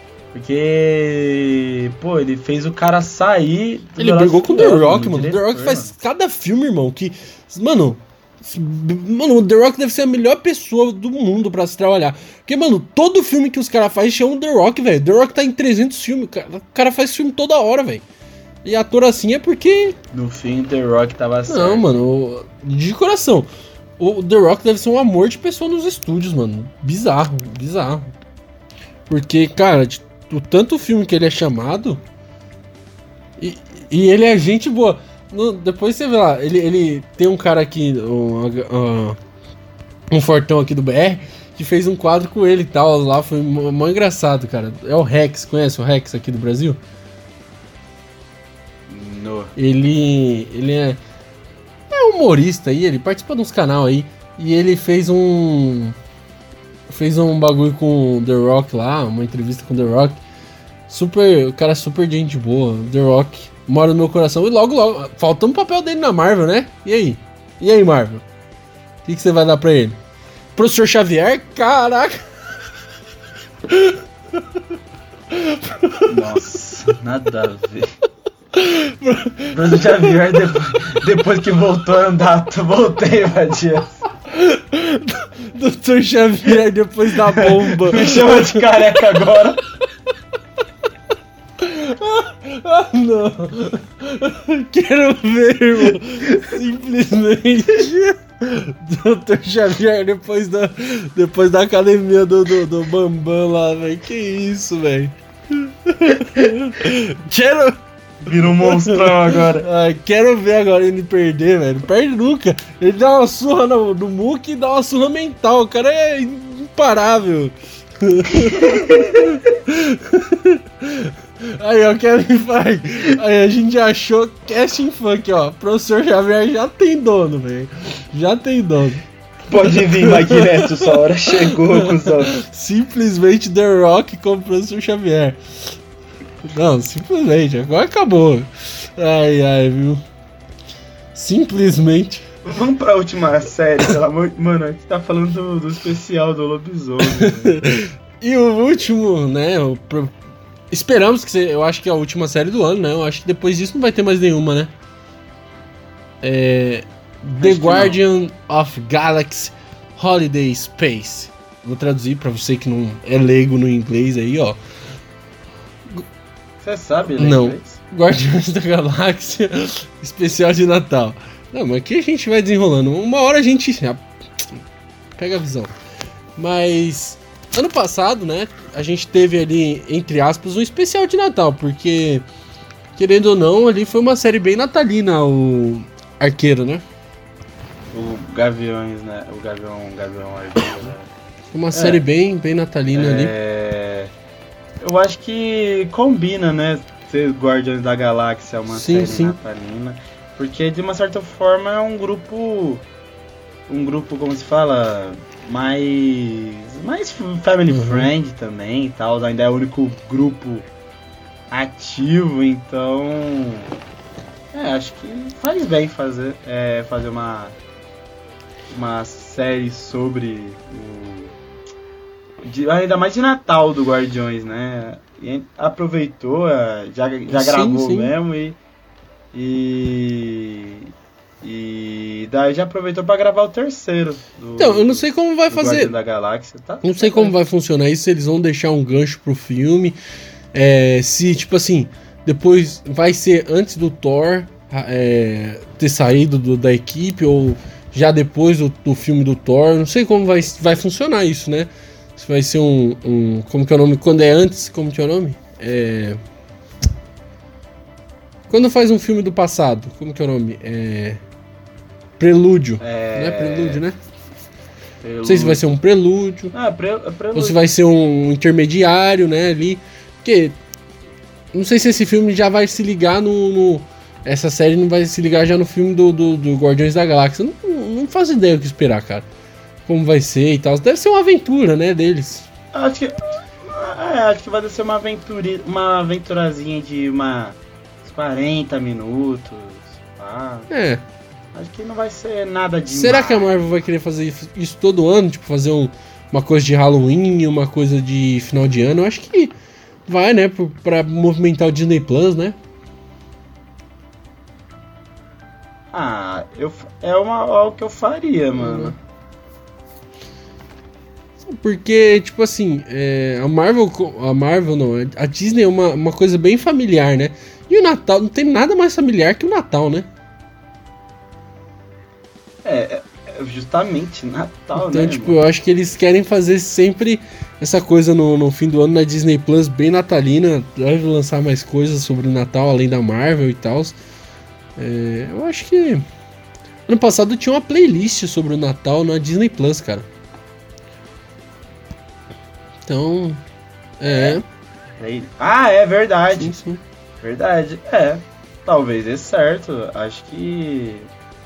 pô, ele fez o cara sair... Ele brigou com o The Rock, mano. O The Rock faz cada filme, irmão, que... Mano, o The Rock deve ser a melhor pessoa do mundo pra se trabalhar. Porque, mano, todo filme que os caras fazem chama o The Rock, velho. The Rock tá em 300 filmes. O cara faz filme toda hora, velho. E ator assim é porque... No fim, o The Rock tava certo. Não, mano, de coração. O The Rock deve ser um amor de pessoa nos estúdios, mano. Bizarro. Porque, cara, o tanto filme que ele é chamado... E ele é gente boa. Depois você vê lá, ele tem um cara aqui, um fortão aqui do BR, que fez um quadro com ele e tal, lá foi mó engraçado, cara. É o Rex, conhece o Rex aqui do Brasil? No. Ele é humorista aí, ele participa de uns canal aí, e ele fez um bagulho com o The Rock lá, uma entrevista com o The Rock. O cara é super gente boa, The Rock mora no meu coração. E logo, faltou um papel dele na Marvel, né? E aí, Marvel? O que você vai dar pra ele? Professor Xavier? Caraca! Nossa, nada a ver. Professor Xavier, depois que voltou a andar, voltei, Matias. Dr. Xavier depois da bomba. Me chama de careca agora. Não. Quero ver, irmão. Simplesmente Dr. Xavier depois da academia do Bambam lá, velho. Que isso, velho. Vira um monstrão agora. Ai, quero ver agora ele perder, velho. Não perde nunca. Ele dá uma surra no Mook e dá uma surra mental. O cara é imparável. Aí, ó, Kevin Feige. Aí, a gente já achou casting funk, ó. Professor Xavier já tem dono, velho. Já tem dono. Pode vir, Magneto, sua hora chegou, cuzão. Simplesmente The Rock com o professor Xavier. Não, simplesmente, agora acabou. Ai, viu? Simplesmente. Vamos pra última série, pelo amor de... Mano, a gente tá falando do especial do lobisomem. E o último, né? Esperamos que seja. Eu acho que é a última série do ano, né? Eu acho que depois disso não vai ter mais nenhuma, né? The Guardian of Galaxy Holiday Space. Vou traduzir pra você que não é leigo no inglês aí, ó. Você sabe, né? Não. Guardiões da Galáxia especial de Natal. Não, mas aqui a gente vai desenrolando. Uma hora a gente pega a visão. Mas ano passado, né, a gente teve ali, entre aspas, um especial de Natal, porque, querendo ou não, ali foi uma série bem natalina, o Arqueiro, né? O Gaviões, né? O Gavião Arqueiro, né? Uma série bem natalina ali. Eu acho que combina, né? Ser Guardiões da Galáxia, uma série natalina. Porque, de uma certa forma, é um grupo, como se fala, mais family friend também e tal. Ainda é o único grupo ativo, então... acho que faz bem fazer uma série sobre ainda mais de Natal do Guardiões, né? E aproveitou, já gravou mesmo e daí já aproveitou pra gravar o terceiro. Então, eu não sei como vai fazer. Da Galáxia, tá? Não sei como vai funcionar isso, se eles vão deixar um gancho pro filme. Se, tipo assim, depois vai ser antes do Thor ter saído da equipe ou já depois do filme do Thor. Não sei como vai funcionar isso, né? Se vai ser como que é o nome? Quando é antes, como que é o nome? Quando faz um filme do passado, como que é o nome? Prelúdio. Não é prelúdio, né? Prelúdio. Não sei se vai ser um prelúdio. Prelúdio. Ou se vai ser um intermediário, né? Ali. Porque não sei se esse filme já vai se ligar essa série não vai se ligar já no filme do Guardiões da Galáxia. Não faço ideia do que esperar, cara. Como vai ser e tal. Deve ser uma aventura, né, deles. Acho que vai ser uma aventurazinha de uns 40 minutos. Acho que não vai ser nada demais. Será que a Marvel vai querer fazer isso todo ano? Tipo, fazer uma coisa de Halloween, uma coisa de final de ano? Eu acho que vai, né? Pra movimentar o Disney Plus, né? É algo que eu faria, mano. Porque, tipo assim, a Marvel não, a Disney é uma coisa bem familiar, né? E o Natal, não tem nada mais familiar que o Natal, né? Justamente, Natal, então, né? Tipo, mano? Eu acho que eles querem fazer sempre essa coisa no fim do ano na Disney Plus, bem natalina. Deve lançar mais coisas sobre o Natal, além da Marvel e tal. Eu acho que ano passado tinha uma playlist sobre o Natal na Disney Plus, cara. Então, é verdade. Sim. Verdade. Talvez dê certo. Acho que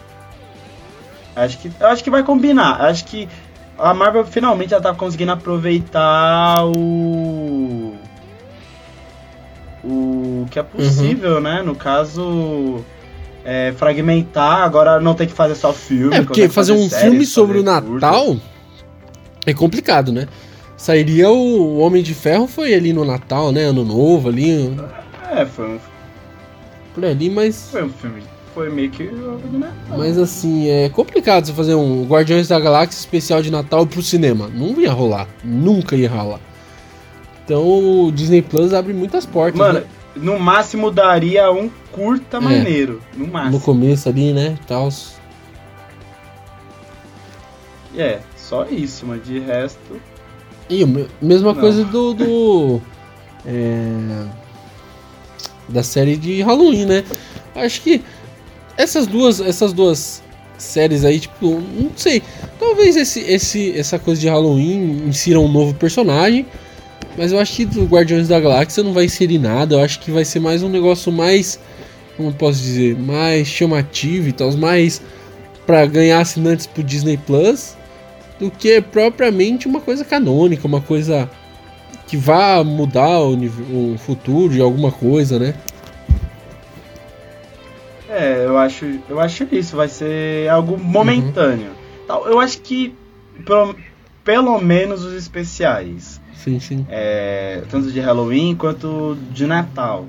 vai combinar. Acho que a Marvel finalmente já tá conseguindo aproveitar o que é possível, né? No caso, fragmentar. Agora não tem que fazer só filme. Porque fazer um filme sobre o Natal é complicado, né? Sairia o Homem de Ferro, foi ali no Natal, né? Ano Novo ali. Foi por ali, mas... Foi um filme, foi meio que de Natal. Mas assim, é complicado você fazer um Guardiões da Galáxia especial de Natal pro cinema. Não ia rolar, nunca ia rolar. Então o Disney Plus abre muitas portas, mano, né? No máximo daria um curta maneiro, no máximo. No começo ali, né, tal. Só isso, mas de resto... E mesma coisa da série de Halloween, né? Acho que essas duas séries aí, tipo, não sei. Talvez essa coisa de Halloween insira um novo personagem, mas eu acho que do Guardiões da Galáxia não vai inserir nada. Eu acho que vai ser mais um negócio mais, como eu posso dizer, mais chamativo e tal, mais pra ganhar assinantes pro Disney Plus do que propriamente uma coisa canônica, uma coisa que vá mudar o futuro de alguma coisa, né? Eu acho isso, vai ser algo momentâneo. Eu acho que pelo menos os especiais. Sim. Tanto de Halloween quanto de Natal.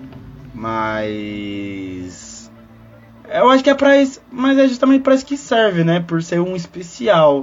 Mas eu acho que é pra isso. Mas é justamente pra isso que serve, né? Por ser um especial.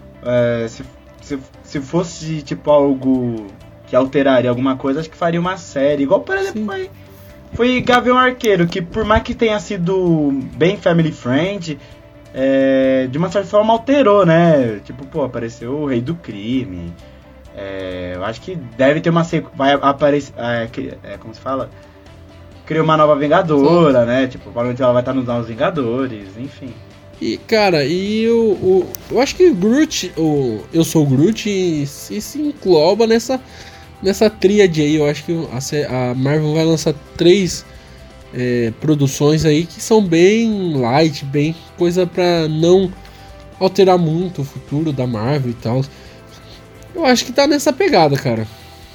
Se fosse tipo algo que alteraria alguma coisa, acho que faria uma série. Igual, por exemplo, foi Gavião Arqueiro, que por mais que tenha sido bem family friend, de uma certa forma alterou, né? Tipo, pô, apareceu o Rei do Crime. Eu acho que deve ter uma vai aparecer, como se fala? Criou uma nova Vingadora, né? Tipo, provavelmente ela vai estar nos Novos Vingadores, enfim. E, cara, eu acho que o Groot, Eu Sou o Groot, se engloba nessa tríade aí. Eu acho que a Marvel vai lançar 3 produções aí que são bem light, bem coisa pra não alterar muito o futuro da Marvel e tal. Eu acho que tá nessa pegada, cara.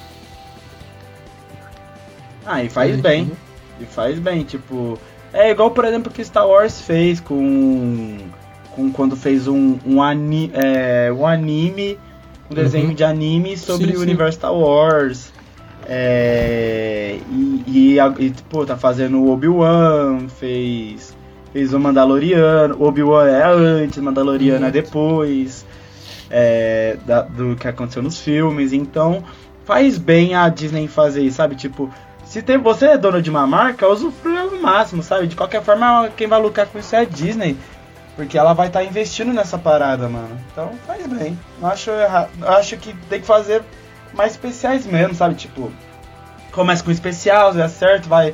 E faz bem. E faz bem, tipo... É igual, por exemplo, que Star Wars fez com quando fez um anime, um desenho de anime sobre o universo Star Wars. Pô, tá fazendo o Obi-Wan, fez o Mandaloriano. O Obi-Wan é antes, o Mandaloriano é depois do que aconteceu nos filmes. Então, faz bem a Disney fazer isso, sabe? Tipo... Se você é dono de uma marca, usufrua ao máximo, sabe? De qualquer forma, quem vai lucrar com isso é a Disney. Porque ela vai estar investindo nessa parada, mano. Então faz bem. Não acho errado. Acho que tem que fazer mais especiais mesmo, sabe? Tipo, começa com especial, se der certo, vai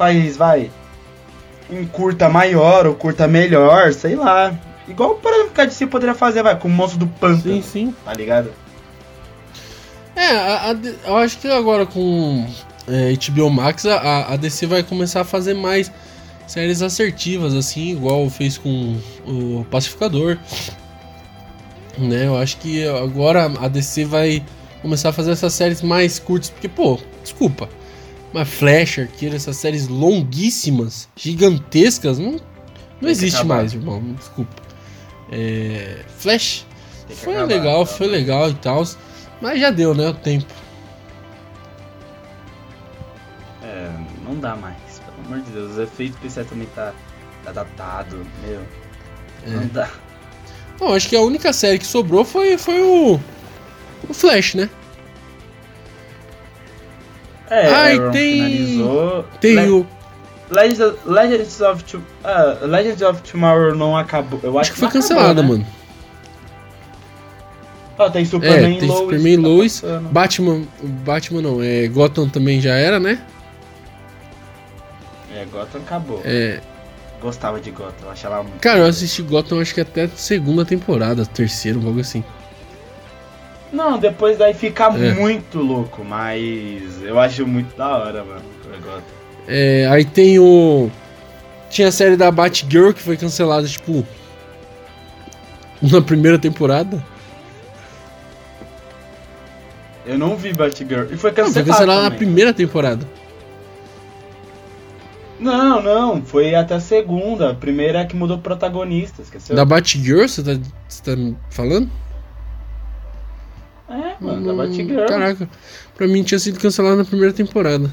em curta maior ou curta melhor, sei lá. Igual, por exemplo, que a DC poderia fazer, com o Monstro do Pântano. Sim. Tá ligado? Eu acho que agora com... HBO Max, a DC vai começar a fazer mais séries assertivas, assim, igual fez com o Pacificador, né? Eu acho que agora a DC vai começar a fazer essas séries mais curtas, porque, pô, desculpa, mas Flash, Arqueiro, essas séries longuíssimas, gigantescas, não existe mais, irmão, desculpa. Flash foi legal e tal, mas já deu, né, o tempo. Não dá mais, pelo amor de Deus. Os efeitos especiais também tá datado, meu. Não dá. Não, acho que a única série que sobrou foi o Flash, né? Tem o Legends of Tomorrow não acabou. Eu acho que foi cancelada, acabou, né? Mano. Tem Superman tem Lois. Superman Lois. Batman não, Gotham também já era, né? Gotham acabou. Gostava de Gotham, eu achava muito. Cara, eu assisti Gotham acho que até a 2ª temporada, 3ª, algo assim. Não, depois daí fica muito louco, mas eu acho muito da hora, mano, Gotham. Aí tinha a série da Batgirl que foi cancelada, tipo, na 1ª temporada. Eu não vi Batgirl. E foi cancelada. Foi cancelada na 1ª temporada. Não, foi até a 2ª. A primeira é que mudou protagonista, esqueceu? Da Batgirl, você tá falando? Mano, da Batgirl. Caraca, pra mim tinha sido cancelada na 1ª temporada.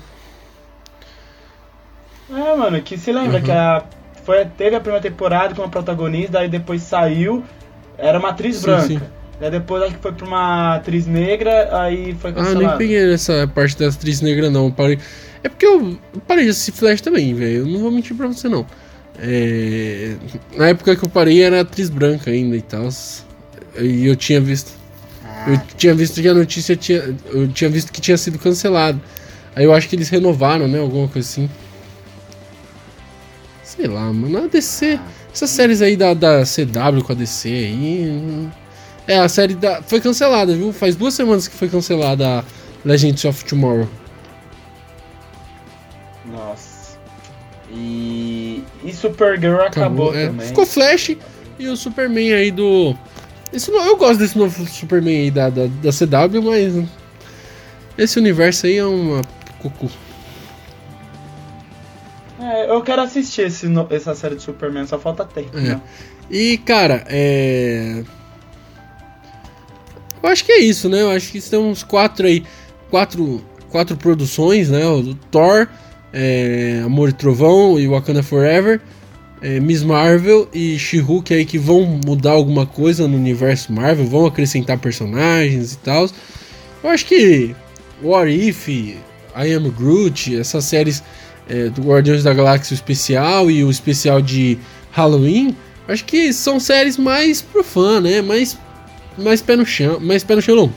Mano, que se lembra que teve a 1ª temporada com uma protagonista, aí depois saiu, era uma atriz branca. Sim. Aí depois acho que foi pra uma atriz negra, aí foi cancelada. Nem peguei essa parte da atriz negra não, parei. É porque eu parei de assistir Flash também, velho. Eu não vou mentir pra você, não. Na época que eu parei era atriz branca ainda e tal. E eu tinha visto. Eu tinha visto que a notícia eu tinha visto que tinha sido cancelado. Aí eu acho que eles renovaram, né? Alguma coisa assim. Sei lá, mano. A DC. Essas séries aí da CW com a DC aí. A série foi cancelada, viu? Faz 2 semanas que foi cancelada a Legends of Tomorrow. Nossa. E Supergirl acabou também. Ficou Flash. E o Superman aí do... eu gosto desse novo Superman aí da CW, mas... esse universo aí é uma cocô. Eu quero assistir essa série de Superman, só falta tempo, né? E, cara, eu acho que é isso, né? Eu acho que temos quatro produções, né? O Thor, Amor e Trovão e Wakanda Forever, Miss Marvel e She-Hulk aí que vão mudar alguma coisa no universo Marvel, vão acrescentar personagens e tal. Eu acho que What If, I Am Groot, essas séries do Guardiões da Galáxia especial e o especial de Halloween, acho que são séries mais pro fã, né? Mais pé no chão, não.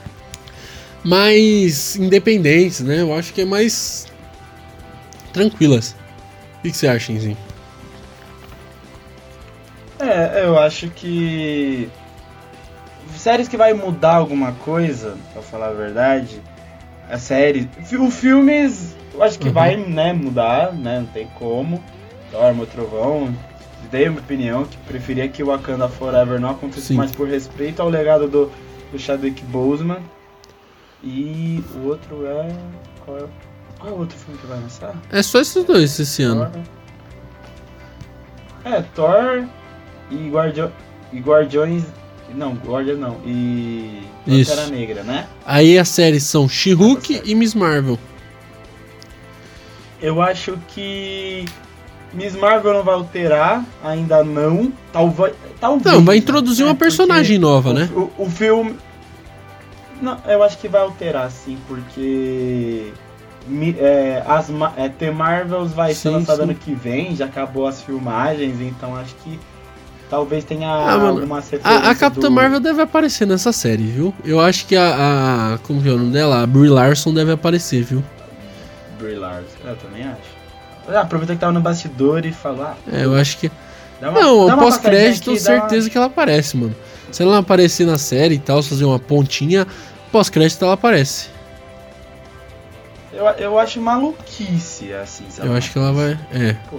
Mais independentes, né? Eu acho que é mais tranquilas. O que você acha, Enzinho? Eu acho que séries que vai mudar alguma coisa, pra falar a verdade, a série, o filmes, eu acho que vai, né, mudar, né, não tem como. Thor, Amor e Trovão, dei a minha opinião, que preferia que o Wakanda Forever não acontecesse mais por respeito ao legado do Chadwick Boseman. E o outro qual é o outro filme que vai lançar? É só esses dois esse ano. Thor e Guardiões. Não, Guardião não. E Pantera Negra, né? Aí as séries são She-Hulk e Miss Marvel. Eu acho que Miss Marvel não vai alterar, ainda não. Talvez. Não, vai introduzir uma personagem nova, né? O filme. Não, eu acho que vai alterar, sim, porque The Marvels vai ser lançado ano que vem, já acabou as filmagens, então acho que talvez tenha alguma referência. A Capitã Marvel deve aparecer nessa série, viu? Eu acho que como que é o nome dela? A Brie Larson deve aparecer, viu? Brie Larson, eu também acho. Aproveita que tava no bastidor e falar. Eu acho que. Não, pós-crédito, certeza que ela aparece, mano. Se ela não aparecer na série e tal, fazer uma pontinha, pós-crédito ela aparece. Eu acho maluquice, assim, sabe? Eu acho que ela vai. Pô.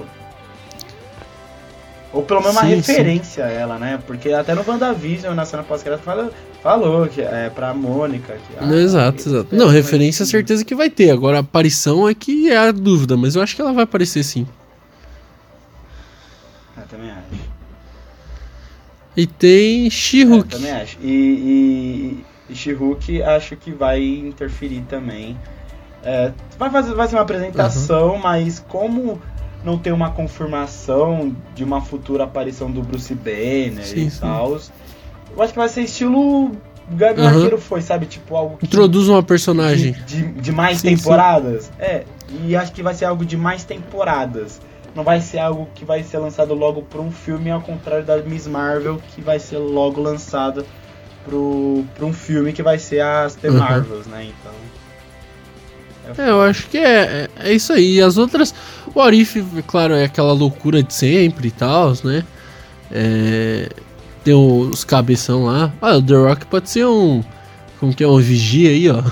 Ou pelo menos uma referência a ela, né? Porque até no WandaVision, na cena pós-crédito, falou que é pra Mônica. Exato. Não, referência certeza que vai ter. Agora a aparição é que é a dúvida, mas eu acho que ela vai aparecer sim. Eu também acho. E tem She-Hulk. Também acho. E She-Hulk acho que vai interferir também. Vai ser uma apresentação, mas como não tem uma confirmação de uma futura aparição do Bruce Banner e tal, eu acho que vai ser estilo Gavião Arqueiro foi, sabe? Tipo algo que introduz uma personagem de mais temporadas. E acho que vai ser algo de mais temporadas. Não vai ser algo que vai ser lançado logo para um filme, ao contrário da Miss Marvel, que vai ser logo lançado para um filme que vai ser as The Marvels, né? Então. Eu acho que é isso aí. As outras, o What If, claro, é aquela loucura de sempre e tal, né? Tem os cabeção lá. O The Rock pode ser como que é, um vigia aí, ó.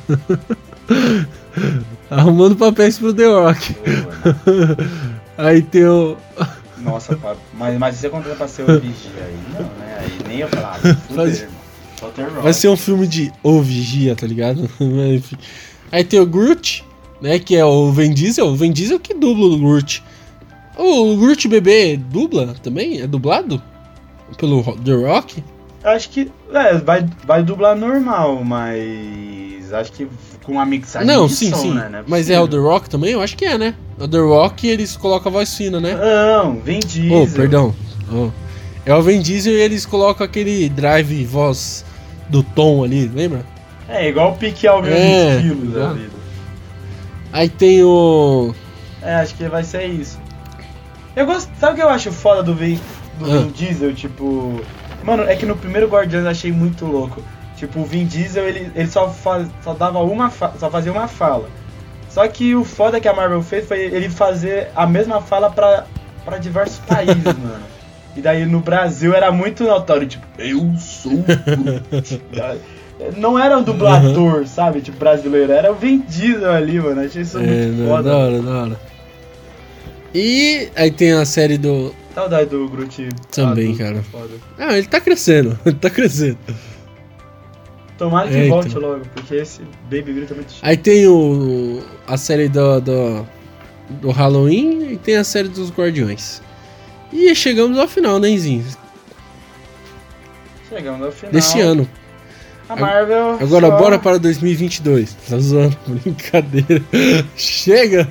Arrumando papéis pro The Rock. Aí tem o... Nossa, mas você contrata pra ser o vigia aí? Não, né? Aí nem eu falava, fuder, só The Rock. Vai ser um filme de O Vigia, tá ligado? Enfim. Aí tem o Groot, né? Que é o Vin Diesel. O Vin Diesel que dubla o Groot. O Groot bebê dubla também? É dublado? Pelo The Rock? Acho que vai dublar normal, mas acho que com uma mixagem de som, né? Mas é o The Rock também? Eu acho que é, né? O The Rock eles colocam a voz fina, né? Não, Vin Diesel. Perdão. É o Vin Diesel e eles colocam aquele drive voz do tom ali, lembra? Igual o Pique ao mesmo estilo da vida. Aí tem o... acho que vai ser isso. Sabe o que eu acho foda do Vin Diesel? Tipo... Mano, é que no primeiro Guardiões eu achei muito louco. Tipo, o Vin Diesel, ele só fazia uma fala. Só que o foda que a Marvel fez foi ele fazer a mesma fala pra diversos países, mano. E daí no Brasil era muito notório, tipo, eu sou o Groot. Não era um dublador, sabe, tipo, brasileiro. Era o Vin Diesel ali, mano. Achei isso muito foda. Da hora. E aí tem a série do... Saudade do Groot. Também, cara. Foda. Ah, ele tá crescendo. Ele tá crescendo. Tomara que volte logo, porque esse Baby Groot é muito chato. Aí tem a série do Halloween e tem a série dos Guardiões. E chegamos ao final, né, Zinho? Chegamos ao final. Desse ano. A Marvel... Agora bora para 2022. Tá zoando, brincadeira. Chega!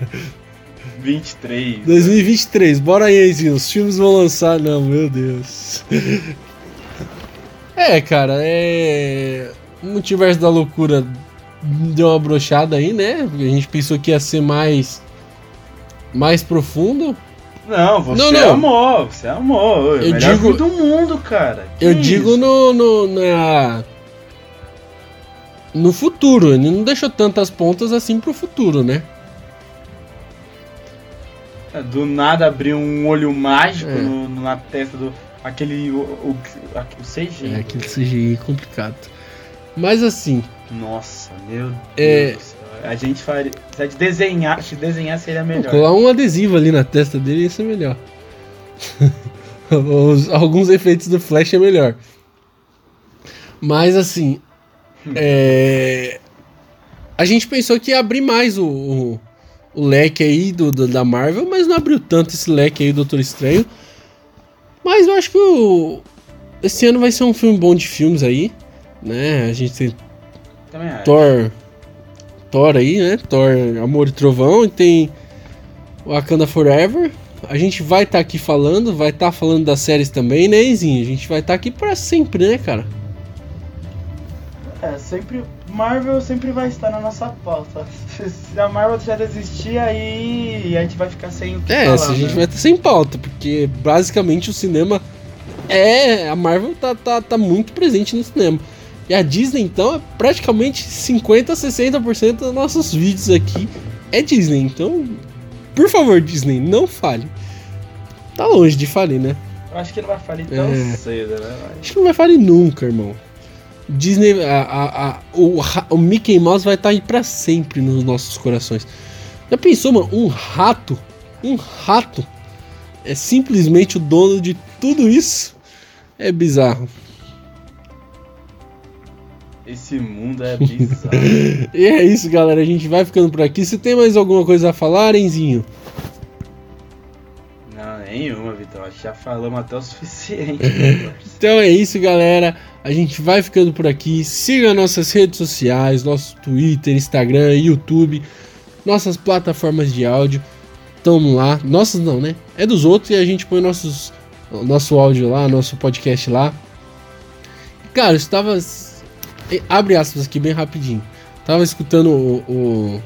2023, bora aí, Zinho. Os filmes vão lançar. Não, meu Deus. Cara, o Multiverso da Loucura deu uma brochada aí, né? Porque a gente pensou que ia ser mais profundo. Não, você amou. Você amou. É o melhor filme do mundo, cara. Eu digo no futuro. Ele não deixou tantas pontas assim pro futuro, né? Do nada abriu um olho mágico na testa do... Aquele... O CGI. Aquele CGI complicado. Mas assim... Nossa, meu Deus do céu. A gente faria... Se a gente desenhar seria melhor. Colar um adesivo ali na testa dele ia ser melhor. Alguns efeitos do Flash é melhor. Mas assim... A gente pensou que ia abrir mais o leque aí da Marvel, mas não abriu tanto esse leque aí do Doutor Estranho. Mas eu acho que esse ano vai ser um filme bom de filmes aí, né? A gente tem Thor aí, né? Thor, Amor e Trovão, e tem Wakanda Forever. A gente vai estar aqui falando, vai estar falando das séries também, né, Izinho? A gente vai estar aqui pra sempre, né, cara? Sempre... Marvel sempre vai estar na nossa pauta. Se a Marvel já desistir, aí a gente vai ficar sem o que falar. A gente vai estar sem pauta, porque basicamente o cinema a Marvel tá muito presente no cinema. E a Disney, então, é praticamente 50% a 60% dos nossos vídeos aqui é Disney. Então, por favor, Disney, não fale. Tá longe de falir, né? Eu acho que não vai falir tão cedo, né? Acho que não vai falir nunca, irmão. Disney, o Mickey Mouse vai estar aí pra sempre nos nossos corações. Já pensou, mano? Um rato é simplesmente o dono de tudo isso? É bizarro. Esse mundo é bizarro. E é isso, galera. A gente vai ficando por aqui. Se tem mais alguma coisa a falar, Enzinho? Não, nenhuma, Vitor. Acho que já falamos até o suficiente. Então é isso, galera. A gente vai ficando por aqui. Siga nossas redes sociais, nosso Twitter, Instagram, YouTube, nossas plataformas de áudio. Tamo lá. Nossas não, né? É dos outros e a gente põe nosso áudio lá, nosso podcast lá. Cara, eu estava... Abre aspas aqui bem rapidinho. Tava escutando o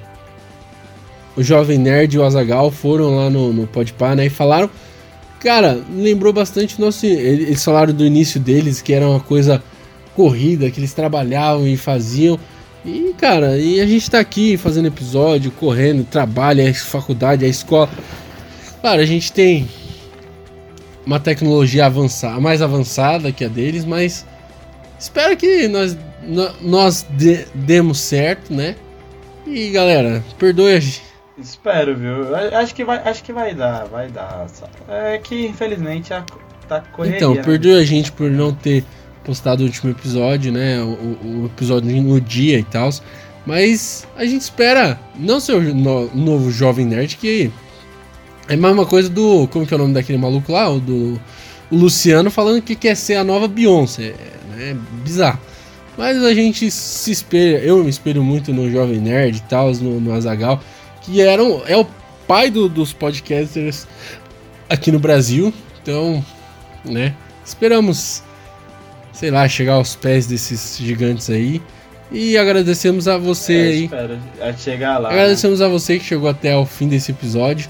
Jovem Nerd e o Azaghal foram lá no Podpah, né? E falaram... Cara, lembrou bastante nosso... Eles falaram do início deles, que era uma coisa corrida, que eles trabalhavam e faziam. E, cara, e a gente tá aqui fazendo episódio, correndo, trabalho, a faculdade, a escola. Claro, a gente tem uma tecnologia mais avançada que a deles, mas espero que nós demos certo, né? E, galera, perdoe a gente. Espero, viu? Acho que vai dar. É que, infelizmente, tá correria. Então, perdoe a gente por não ter postado o último episódio, né? O episódio no dia e tal. Mas a gente espera não ser o novo Jovem Nerd, que é mais uma coisa do... Como que é o nome daquele maluco lá? O Luciano falando que quer ser a nova Beyoncé. É bizarro. Mas a gente se espelha... Eu me espelho muito no Jovem Nerd e tal, no Azaghal, que é o pai dos podcasters aqui no Brasil. Então, né, esperamos, sei lá, chegar aos pés desses gigantes aí. E agradecemos a você aí. Espero chegar lá. Agradecemos a você que chegou até o fim desse episódio.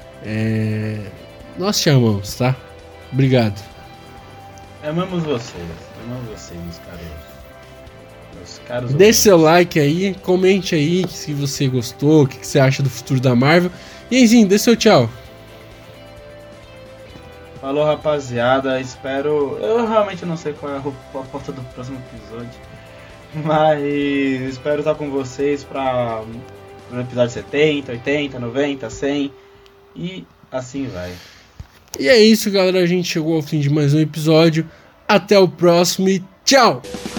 Nós te amamos, tá? Obrigado. Amamos vocês, meus caros. Deixe seu like aí, comente aí se você gostou, o que você acha do futuro da Marvel. E Enzinho, dê seu tchau. Falou, rapaziada, espero... Eu realmente não sei qual é a pauta do próximo episódio, mas espero estar com vocês para o episódio 70, 80, 90, 100. E assim vai. E é isso, galera. A gente chegou ao fim de mais um episódio. Até o próximo e tchau!